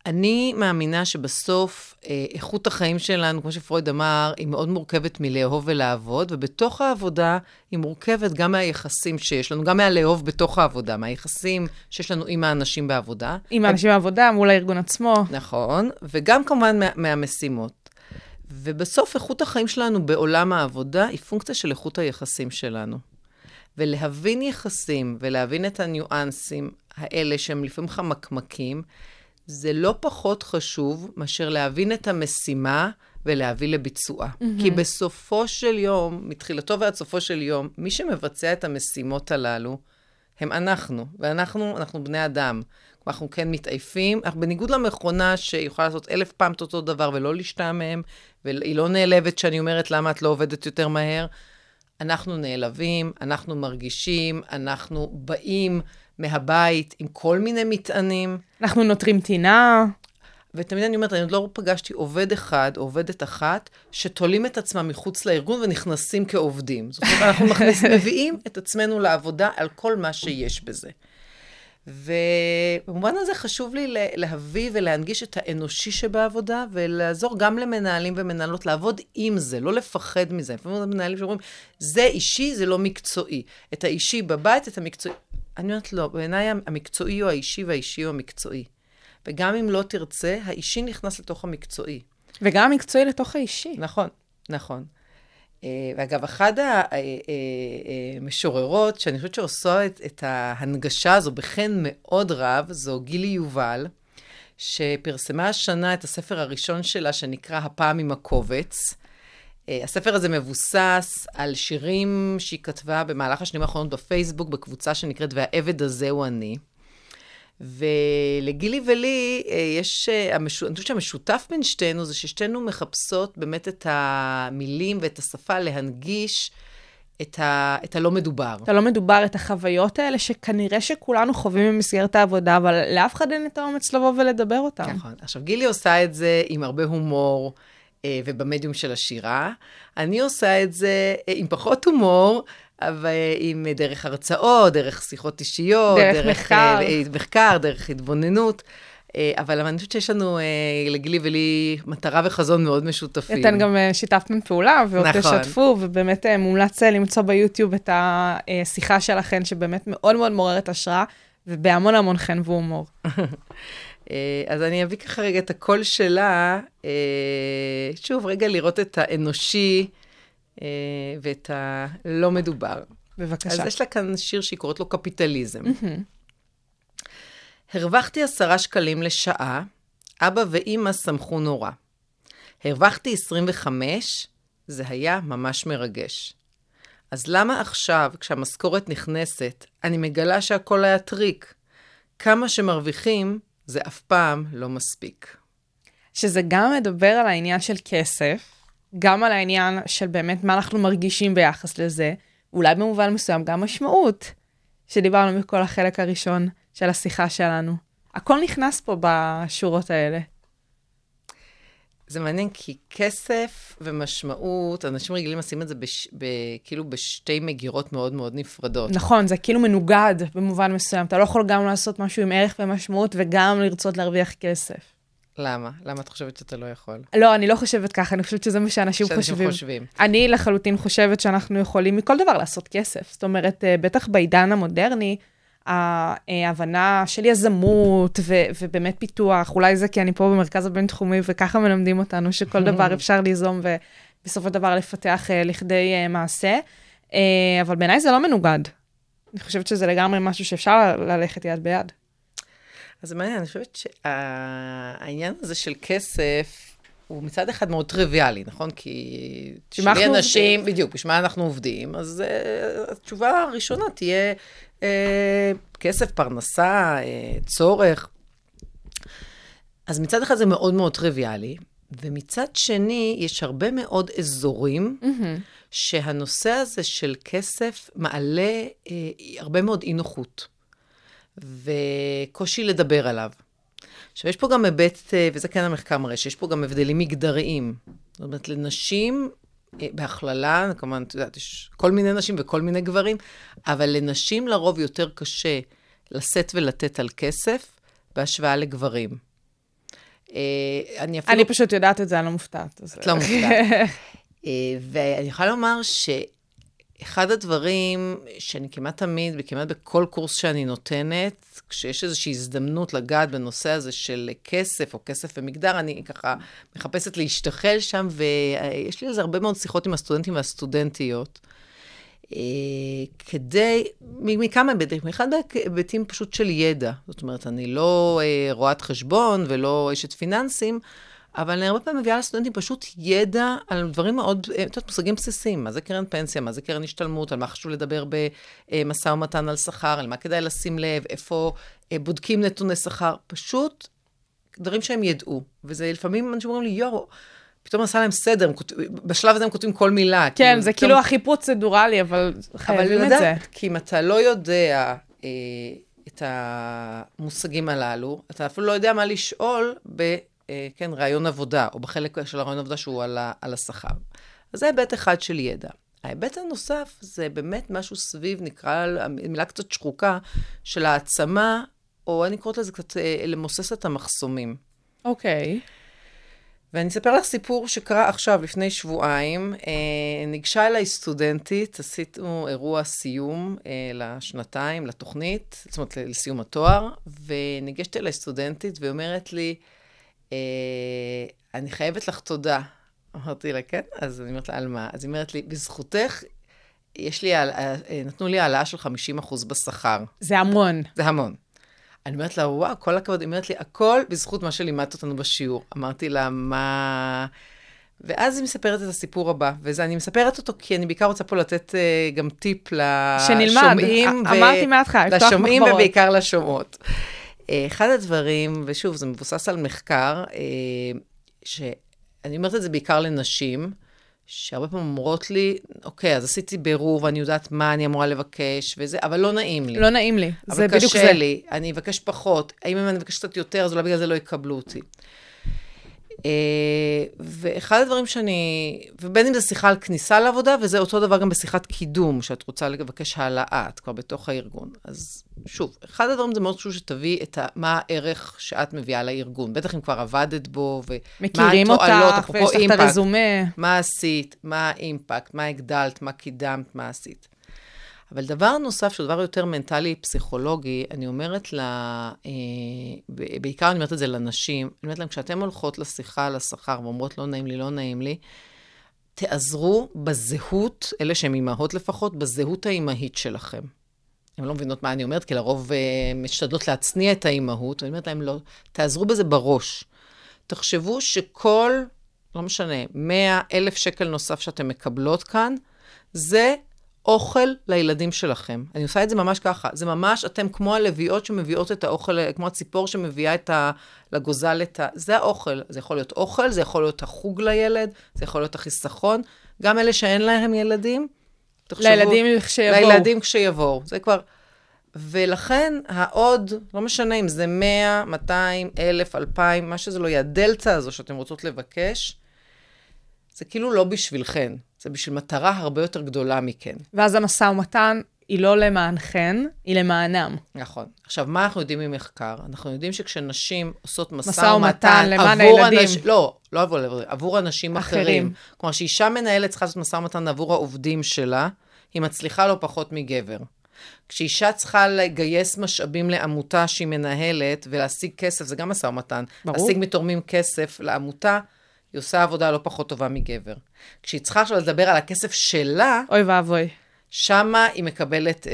אני מאמינה שבסוף איכות החיים שלנו, כמו שפרויד אמר, היא מאוד מורכבת מלאהוב ולעבוד, ובתוך העבודה היא מורכבת גם מהיחסים שיש לנו, גם מהלאהוב בתוך העבודה, מהיחסים שיש לנו עם האנשים בעבודה. עם האנשים בעבודה, מול הארגון עצמו. נכון, וגם כמובן מהמשימות. ובסוף איכות החיים שלנו בעולם העבודה היא פונקציה של איכות היחסים שלנו. ולהבין יחסים ולהבין את הניואנסים האלה שהם לפעמים חמקמקים, זה לא פחות חשוב מאשר להבין את המשימה ולהביא לביצועה. כי בסופו של יום, מתחילתו ועד סופו של יום, מי שמבצע את המשימות הללו, הם אנחנו, ואנחנו בני אדם. אנחנו כן מתעייפים, אנחנו בניגוד למכונה שיכולה לעשות 1000 פעם את אותו דבר ולא להשתעמם, והיא לא נעלבת שאני אומרת למה את לא עובדת יותר מהר. אנחנו נעלבים, אנחנו מרגישים, אנחנו באים מהבית עם כל מיני מטענים. אנחנו נותרים טינה. ותמיד אני אומרת, אני עוד לא פגשתי עובד אחד או עובדת אחת שתולים את עצמם מחוץ לארגון ונכנסים כעובדים. זאת אומרת, אנחנו מביאים את עצמנו לעבודה על כל מה שיש בזה. ובמובן הזה חשוב לי להביא ולהנגיש את האנושי שבעבודה, ולעזור גם למנהלים ומנהלות לעבוד עם זה, לא לפחד מזה. לפעמים המנהלים שאומרים, זה אישי, זה לא מקצועי. את האישי בבית, את המקצועי. אני אומרת, לא, בעיניי המקצועי הוא האישי והאישי הוא המקצועי. וגם אם לא תרצה, האישי נכנס לתוך המקצועי. וגם המקצועי לתוך האישי. נכון, נכון. ואגב, אחד המשוררות, שאני חושבת שעושה את ההנגשה הזו בחן מאוד רב, זו גילי יובל, שפרסמה השנה את הספר הראשון שלה, שנקרא הפעם עם הקובץ. הספר הזה מבוסס על שירים שהיא כתבה במהלך השנים האחרונות בפייסבוק, בקבוצה שנקראת והעבד הזה הוא אני. ולגילי ולי יש, אני חושבת שהמשותף בין שתינו זה ששתינו מחפשות באמת את המילים ואת השפה להנגיש את הלא מדובר. את הלא מדובר, את החוויות האלה שכנראה שכולנו חווים במסגרת העבודה, אבל לאף אחד אין את האומץ לבוא ולדבר אותם. נכון. עכשיו, גילי עושה את זה עם הרבה הומור ובמדיום של השירה. אני עושה את זה עם פחות הומור, אבל עם דרך הרצאות, דרך שיחות אישיות, דרך מחקר, דרך התבוננות. אבל אני חושבת שיש לנו, לגילי ולי, מטרה וחזון מאוד משותפים. אתן גם שיתפתם פעולה, ועוד תשתפו, ובאמת מומלץ למצוא ביוטיוב את השיחה שלכן, שבאמת מאוד מאוד מעוררת השראה, ובהמון המון חן והומור. אז אני אביא ככה רגע את הקול שלה, שוב, רגע לראות את האנושי, ואת הלא מדובר. בבקשה. אז יש לה כאן שיר שהיא קוראת לו קפיטליזם. הרווחתי 10 שקלים לשעה, אבא ואמא שמחו נורא. הרווחתי 25, זה היה ממש מרגש. אז למה עכשיו, כשהמשכורת נכנסת, אני מגלה שהכל היה טריק? כמה שמרוויחים, זה אף פעם לא מספיק. שזה גם מדבר על העניין של כסף, גם על העניין של באמת מה אנחנו מרגישים ביחס לזה, אולי במובן מסוים גם משמעות, שדיברנו בכל החלק הראשון של השיחה שלנו. הכל נכנס פה בשורות האלה. זה מעניין, כי כסף ומשמעות, אנשים רגילים לשים את זה כאילו בשתי מגירות מאוד מאוד נפרדות. נכון, זה כאילו מנוגד במובן מסוים. אתה לא יכול גם לעשות משהו עם ערך ומשמעות, וגם לרצות להרוויח כסף. למה? למה את חושבת שאתה לא יכול? לא, אני לא חושבת ככה, אני חושבת שזה מה שאנשים חושבים. אני לחלוטין חושבת שאנחנו יכולים מכל דבר לעשות כסף. זאת אומרת, בטח בעידן המודרני, ההבנה של יזמות ובאמת פיתוח, אולי זה כי אני פה במרכז הבינתחומי, וככה מלמדים אותנו שכל דבר אפשר ליזום ובסופו של דבר לפתח לכדי מעשה, אבל בעיניי זה לא מנוגד. אני חושבת שזה לגמרי משהו שאפשר ללכת יד ביד. אז זה מעניין, אני חושבת שהעניין הזה של כסף הוא מצד אחד מאוד טריוויאלי, נכון? כי שלי אנשים, בדיוק, בשביל מה אנחנו עובדים, אז התשובה הראשונה תהיה כסף, פרנסה, צורך. אז מצד אחד זה מאוד מאוד טריוויאלי, ומצד שני יש הרבה מאוד אזורים שהנושא הזה של כסף מעלה הרבה מאוד אי נוחות. וקושי לדבר עליו. עכשיו, יש פה גם היבט, וזה כן המחקר מראה, שיש פה גם הבדלים מגדריים. זאת אומרת, לנשים, בהכללה, כמובן, את יודעת, יש כל מיני נשים וכל מיני גברים, אבל לנשים לרוב יותר קשה לשאת ולתת על כסף, בהשוואה לגברים. אני פשוט יודעת את זה, אני לא מופתעת. את לא מופתעת. ואני יכולה לומר שאחד הדברים שאני כמעט תמיד, וכמעט בכל קורס שאני נותנת, כשיש איזושהי הזדמנות לגעת בנושא הזה של כסף, או כסף ומגדר, אני ככה מחפשת להשתחל שם, ויש לי איזה הרבה מאוד שיחות עם הסטודנטים והסטודנטיות, כדי, מכמה היבטים, מאחד היבטים פשוט של ידע. זאת אומרת, אני לא רואת חשבון ולא אשת פיננסים, אבל אני הרבה פעמים מביאה לסטודנטים פשוט ידע על דברים מאוד, מושגים בסיסיים, מה זה קרן פנסיה, מה זה קרן השתלמות, על מה חשוב לדבר במשא ומתן על שכר, על מה כדאי לשים לב, איפה בודקים נתוני שכר, פשוט דברים שהם ידעו. וזה לפעמים אנשים אומרים לי, יו, פתאום עשה להם סדר, בשלב הזה הם כותבים כל מילה. כן, זה כאילו הכי פרוצדורלי, אבל חייבים את זה. כי אם אתה לא יודע את המושגים הללו, אתה אפילו לא יודע מה לשאול כן, רעיון עבודה, או בחלק של הרעיון עבודה שהוא על השכר. אז זה היבט אחד של ידע. ההיבט הנוסף זה באמת משהו סביב, נקרא מילה קצת שחוקה, של העצמה, או אני קוראת לזה קצת למוסס את המחסומים. אוקיי. ואני אספר לך סיפור שקרה עכשיו, לפני שבועיים. ניגשה אליי סטודנטית, עשינו אירוע סיום לשנתיים, לתוכנית, זאת אומרת, לסיום התואר, וניגשת אליי סטודנטית, ואומרת לי, אני חייבת לך תודה. אמרתי לה, כן? אז אני אומרת לה, על מה? אז היא אומרת לי, בזכותך, נתנו לי העלאה של 50% בשכר. זה המון. זה המון. אני אומרת לה, וואו, כל הכבוד. היא אומרת לי, הכל בזכות מה שלימדת אותנו בשיעור. אמרתי לה, מה... ואז היא מספרת את הסיפור הבא, ואני מספרת אותו כי אני בעיקר רוצה פה לתת גם טיפ לשומעים. אמרתי מהתחלה, לשומעים ובעיקר לשומעות. אחד הדברים, ושוב, זה מבוסס על מחקר, שאני אומרת את זה בעיקר לנשים, שהרבה פעמים אומרות לי, אוקיי, אז עשיתי בירור, ואני יודעת מה אני אמורה לבקש, וזה, אבל לא נעים לי. לא נעים לי, זה בדיוק זה. אבל קשה לי, אני אבקש פחות. האם אני אבקש קצת יותר, אז אולי בגלל זה לא יקבלו אותי. ואחד הדברים שאני, ובין אם זה שיחה על כניסה לעבודה, וזה אותו דבר גם בשיחת קידום, שאת רוצה לבקש העלאה, את כבר בתוך הארגון. אז שוב, אחד הדברים זה מאוד חשוב שתביא מה הערך שאת מביאה לארגון. בטח אם כבר עבדת בו, מכירים אותך, ויש לך את הרזומה. מה עשית, מה האימפקט, מה הגדלת, מה קידמת, מה עשית. אבל דבר נוסף, שהוא דבר יותר מנטלי, פסיכולוגי, אני אומרת בעיקר אני אומרת את זה לנשים, אני אומרת להם, כשאתם הולכות לשיחה על השכר, ואומרות לא נעים לי, לא נעים לי, תעזרו בזהות, אלה שהן אימהות לפחות, בזהות האימהית שלכם. הן לא מבינות מה אני אומרת, כי לרוב משתדלות להצניע את האימהות, ואני אומרת להם, לא, תעזרו בזה בראש. תחשבו שכל, לא משנה, 100,000 שקל נוסף שאתם מקבלות כאן, זה אוכל לילדים שלכם. אני עושה את זה ממש ככה. זה ממש, אתם כמו הלוויות שמביאות את האוכל, כמו הציפור שמביאה לגוזל זה האוכל. זה יכול להיות אוכל, זה יכול להיות החוג לילד, זה יכול להיות החיסכון. גם אלה שאין להם ילדים, תחשבו. לילדים כשיבואו. זה כבר... ולכן העוד, לא משנה אם זה 100, 200, 1,000, 2,000, מה שזה לא יהיה, הדלתא הזו שאתם רוצות לבקש, זה כאילו לא בשבילכן. זה בשביל מטרה הרבה יותר גדולה מכן. ואז המשא ומתן היא לא למענכן, היא למענם. נכון. עכשיו, מה אנחנו יודעים ממחקר? אנחנו יודעים שכשנשים עושות משא ומתן למען הילדים. לא עבור אנשים אחרים. כלומר, שאישה מנהלת צריכה לעשות משא ומתן עבור העובדים שלה, היא מצליחה לא פחות מגבר. כשאישה צריכה לגייס משאבים לעמותה שהיא מנהלת, ולהשיג כסף, זה גם משא ומתן. ברור. להשיג מתורמים כסף לעמותה, היא עושה עבודה לא פחות טובה מגבר. כשהיא צריכה עכשיו לדבר על הכסף שלה, אוי ואבוי. שמה היא מקבלת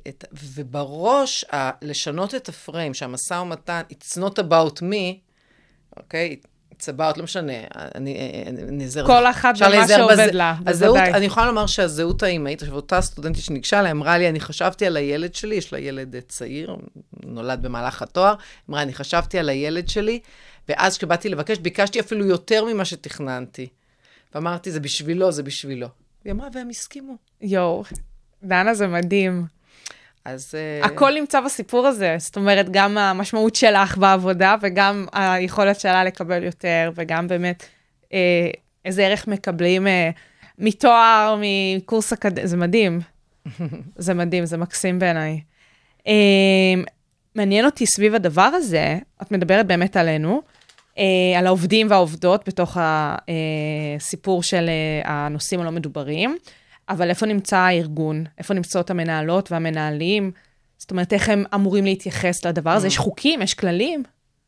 ובראש, לשנות את הפריים, שהמשא ומתן, it's not about me, אוקיי? it's about, לא משנה, אני נעזרת. כל אחת ומה שעובד לה, בוודאי. אני יכולה לומר שהזהות האימהית, אותה סטודנטית שניגשה לה, אמרה לי, אני חשבתי על הילד שלי, יש לה ילד צעיר, נולד במהלך התואר, אמרה, אני חשבתי על הילד שלי, ואז כשבאתי לבקש, ביקשתי אפילו יותר ממה שתכננתי. ואמרתי, זה בשבילו, זה בשבילו. היא אמרה, והם הסכימו. יואו, דנה זה מדהים. אז... הכל נמצא בסיפור הזה. זאת אומרת, גם המשמעות שלך בעבודה, וגם היכולת שלה לקבל יותר, וגם באמת איזה ערך מקבלים מתואר, מקורס אקדמי. זה מדהים. זה מדהים, זה מקסים בעיניי. מעניין אותי סביב הדבר הזה, את מדברת באמת עלינו, על העובדים והעובדות בתוך הסיפור של הנושאים הלא מדוברים, אבל איפה נמצא הארגון? איפה נמצאות המנהלות והמנהלים? זאת אומרת, איך הם אמורים להתייחס לדבר הזה? יש חוקים, יש כללים?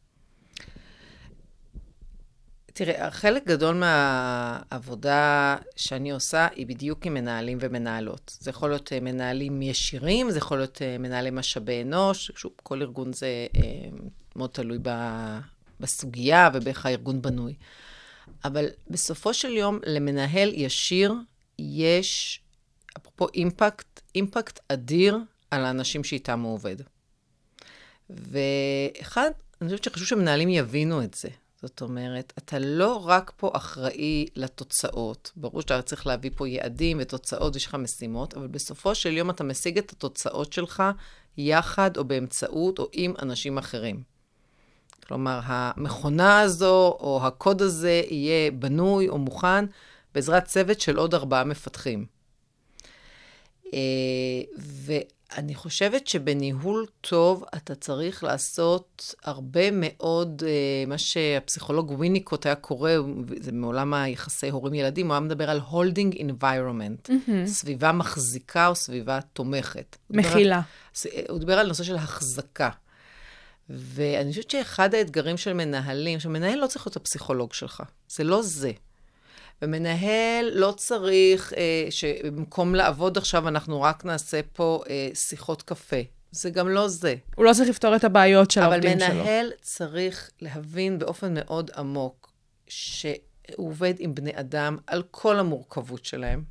תראה, חלק גדול מהעבודה שאני עושה היא בדיוק עם מנהלים ומנהלות. זה יכול להיות מנהלים ישירים, זה יכול להיות מנהלי משאבי אנוש, שוב, כל ארגון זה מאוד תלוי בסוגיה ובאיך הארגון בנוי. אבל בסופו של יום, למנהל ישיר יש, אפרופו אימפקט אדיר על האנשים שאיתם הוא עובד. ואחד, אני חושבת שחשוב שמנהלים יבינו את זה. זאת אומרת, אתה לא רק פה אחראי לתוצאות. ברור שאתה צריך להביא פה יעדים ותוצאות, יש לך משימות, אבל בסופו של יום אתה משיג את התוצאות שלך יחד או באמצעות או עם אנשים אחרים. כלומר, המכונה הזו או הקוד הזה יהיה בנוי או מוכן בעזרת צוות של עוד 4 מפתחים. ואני חושבת שבניהול טוב אתה צריך לעשות הרבה מאוד, מה שהפסיכולוג וויניקוט היה קורא, זה מעולם היחסי הורים-ילדים, הוא היה מדבר על holding environment, סביבה מחזיקה או סביבה תומכת. מכילה. הוא דיבר על נושא של החזקה. ואני חושבת שאחד האתגרים של מנהלים, שמנהל לא צריך להיות הפסיכולוג שלך, זה לא זה. ומנהל לא צריך שבמקום לעבוד עכשיו אנחנו רק נעשה פה שיחות קפה. זה גם לא זה. הוא לא צריך לפתור את הבעיות של העובדים שלו. אבל מנהל צריך להבין באופן מאוד עמוק שהוא עובד עם בני אדם על כל המורכבות שלהם.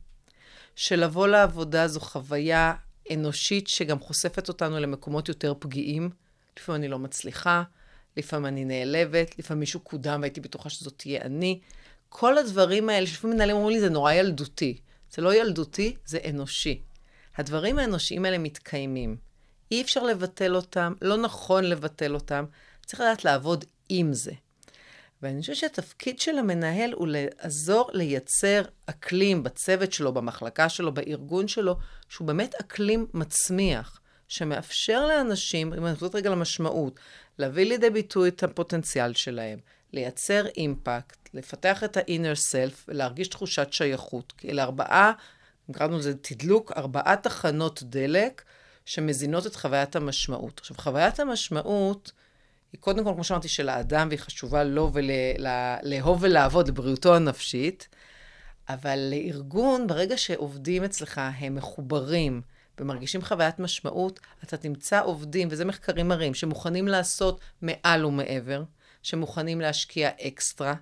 שלבוא לעבודה זו חוויה אנושית שגם חושפת אותנו למקומות יותר פגיעים. לפעמים אני לא מצליחה, לפעמים אני נעלבת, לפעמים מישהו קודם והייתי בטוחה שזאת תהיה אני. כל הדברים האלה, שפעמים מנהלים אומרים לי, זה נורא ילדותי. זה לא ילדותי, זה אנושי. הדברים האנושיים האלה מתקיימים. אי אפשר לבטל אותם, לא נכון לבטל אותם. צריך לדעת לעבוד עם זה. ואני חושבת שהתפקיד של המנהל הוא לעזור לייצר אקלים בצוות שלו, במחלקה שלו, בארגון שלו, שהוא באמת אקלים מצמיח, שמאפשר לאנשים, אם אני חושבת רגע למשמעות, להביא לידי ביטוי את הפוטנציאל שלהם, לייצר אימפקט, לפתח את ה-inner self, ולהרגיש תחושת שייכות. כי אלה 4, קראנו לזה תדלוק, 4 תחנות דלק, שמזינות את חוויית המשמעות. עכשיו, חוויית המשמעות, היא קודם כל, כמו שאמרתי, של האדם, והיא חשובה לו לאהוב ולעבוד לבריאותו הנפשית, אבל לארגון, ברגע שעובדים אצלך, הם מחוברים, ומרגישים חוויית משמעות, אתה תמצא עובדים, וזה מחקרים מראים, שמוכנים לעשות מעל ומעבר, שמוכנים להשקיע אקסטרה,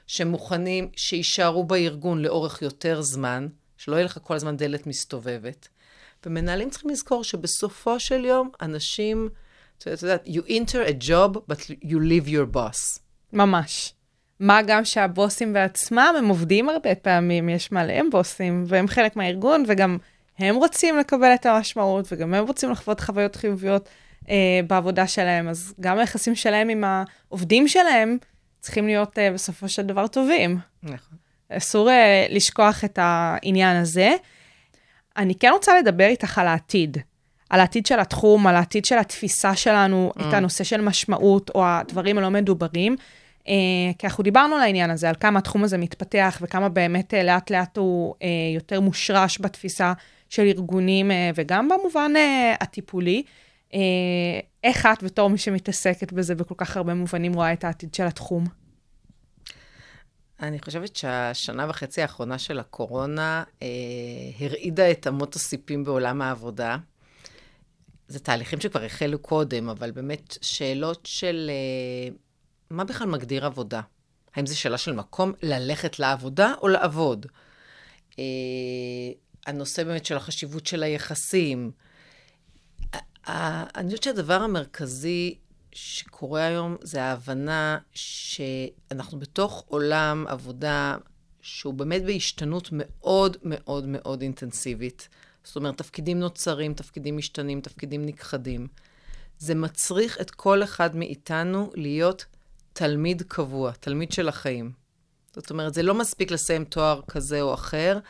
שמוכנים שישארו בארגון לאורך יותר זמן, שלא יהיה לך כל הזמן דלת מסתובבת. ומנהלים צריכים לזכור שבסופו של יום, אנשים, אתה יודעת, you enter a job, but you leave your boss. ממש. מה גם שהבוסים בעצמם, הם עובדים הרבה פעמים, יש מעליהם בוסים, והם חלק מהארגון, וגם הם רוצים לקבל את המשמעות, וגם הם רוצים לחוות חוויות חיוביות בעבודה שלהם, אז גם היחסים שלהם עם העובדים שלהם, צריכים להיות בסופו של דבר טובים. נכון. אסור לשכוח את העניין הזה. אני כן רוצה לדבר איתך על העתיד. על העתיד של התחום, על העתיד של התפיסה שלנו, את הנושא של משמעות, או הדברים הלא מדוברים. כי אנחנו דיברנו על העניין הזה, על כמה התחום הזה מתפתח, וכמה באמת לאט לאט הוא יותר מושרש בתפיסה של ארגונים, וגם במובן הטיפולי. איך את בתור מי שמתעסקת בזה בכל כך הרבה מובנים רואה את העתיד של התחום? אני חושבת שהשנה וחצי האחרונה של הקורונה הרעידה את אמות הסיפים בעולם העבודה. זה תהליכים שכבר החלו קודם, אבל באמת שאלות של מה בכלל מגדיר עבודה? האם זו שאלה של מקום ללכת לעבודה או לעבוד? הנושא באמת של החשיבות של היחסים. אני חושבת שהדבר המרכזי שקורה היום זה ההבנה שאנחנו בתוך עולם עבודה שהוא באמת בהשתנות מאוד מאוד מאוד אינטנסיבית. זאת אומרת, תפקידים נוצרים, תפקידים משתנים, תפקידים נכחדים. זה מצריך את כל אחד מאיתנו להיות תלמיד קבוע, תלמיד של החיים. זאת אומרת, זה לא מספיק לסיים תואר כזה או אחר,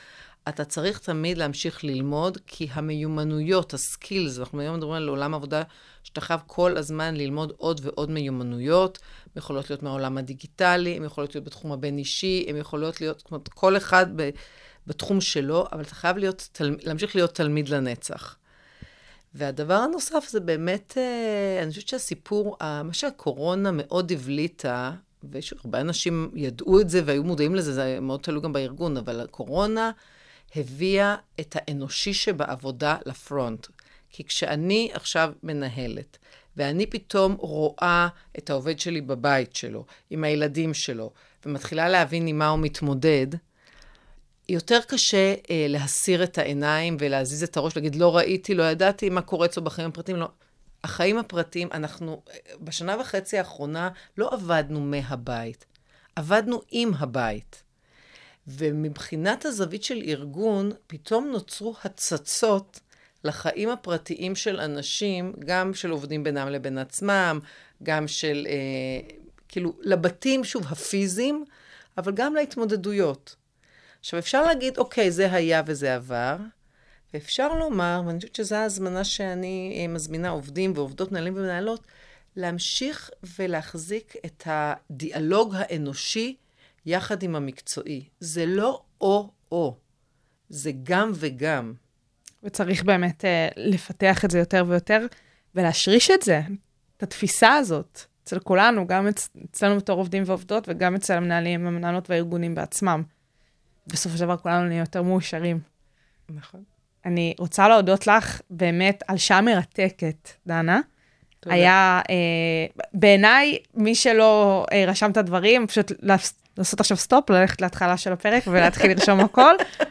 אתה צריך תמיד להמשיך ללמוד, כי המיומנויות, הסקילס, אנחנו היום מדברים על עולם עבודה, שאתה חייב כל הזמן ללמוד עוד ועוד מיומנויות, הן יכולות להיות מהעולם הדיגיטלי, הן יכולות להיות בתחום הבין-אישי, הן יכולות להיות, כמו כל אחד בתחום שלו, אבל אתה חייב להמשיך להיות תלמיד לנצח. והדבר הנוסף זה באמת, אני חושבת שהסיפור, מה שהקורונה מאוד הבליטה, והרבה אנשים ידעו את זה והיו מודעים לזה, זה מאוד תלוי גם בארגון, אבל הקורונה הביאה את האנושי שבעבודה לפרונט. כי כשאני עכשיו מנהלת, ואני פתאום רואה את העובד שלי בבית שלו, עם הילדים שלו, ומתחילה להבין עם מה הוא מתמודד, יותר קשה להסיר את העיניים ולהזיז את הראש, להגיד, לא ראיתי, לא ידעתי מה קורה אצלו בחיים הפרטיים, לא. החיים הפרטיים, אנחנו בשנה וחצי האחרונה לא עבדנו מהבית, עבדנו עם הבית. ומבחינת הזווית של ארגון, פתאום נוצרו הצצות לחיים הפרטיים של אנשים, גם של עובדים בינם לבין עצמם, גם של, כאילו, לבתים, שוב, הפיזיים, אבל גם להתמודדויות. עכשיו, אפשר להגיד, אוקיי, זה היה וזה עבר, ואפשר לומר, ואני חושבת שזו ההזמנה שאני מזמינה עובדים ועובדות, מנהלים ומנהלות, להמשיך ולהחזיק את הדיאלוג האנושי יחד עם המקצועי. זה לא או-או, זה גם וגם. וצריך באמת לפתח את זה יותר ויותר, ולהשריש את זה, את התפיסה הזאת, אצל כולנו, גם אצלנו בתור עובדים ועובדות, וגם אצל המנהלים, המנהלות והארגונים בעצמם. בסופו של דבר כולנו נהיה יותר מאושרים. נכון. אני רוצה להודות לך באמת על שעה מרתקת, דנה. תודה. היה, בעיניי, מי שלא רשם את הדברים, פשוט לעשות עכשיו סטופ, ללכת להתחלה של הפרק ולהתחיל לרשום הכל,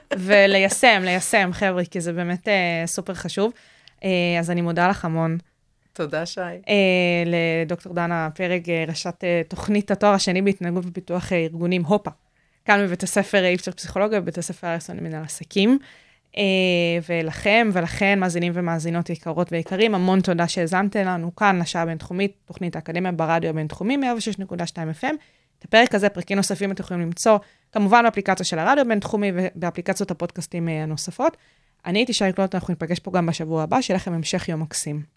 וליישם, חבר'ה, כי זה באמת סופר חשוב. אז אני מודה לך המון. תודה, שי. לדוקטור דנה פרג, ראשת תוכנית התואר השני בהתנהגות ופיתוח ארגונים, הופה. כאן בבית הספר איפצ'ר פסיכולוגיה, בבית הספר אריסון למנהל עסקים. ולכם ולכן, מאזינים ומאזינות יקרות ויקרים, המון תודה שהזנתם לנו כאן לשעה הבינתחומית, תוכנית האקדמיה ברדיו הבינתחומי, 106.2 FM. את הפרק הזה, פרקים נוספים אתם יכולים למצוא, כמובן באפליקציה של הרדיו הבינתחומי ובאפליקציות הפודקאסטים הנוספות. אני הייתי שי קלוט, אנחנו ניפגש פה גם בשבוע הבא, שיהיה לכם המשך יום מקסים.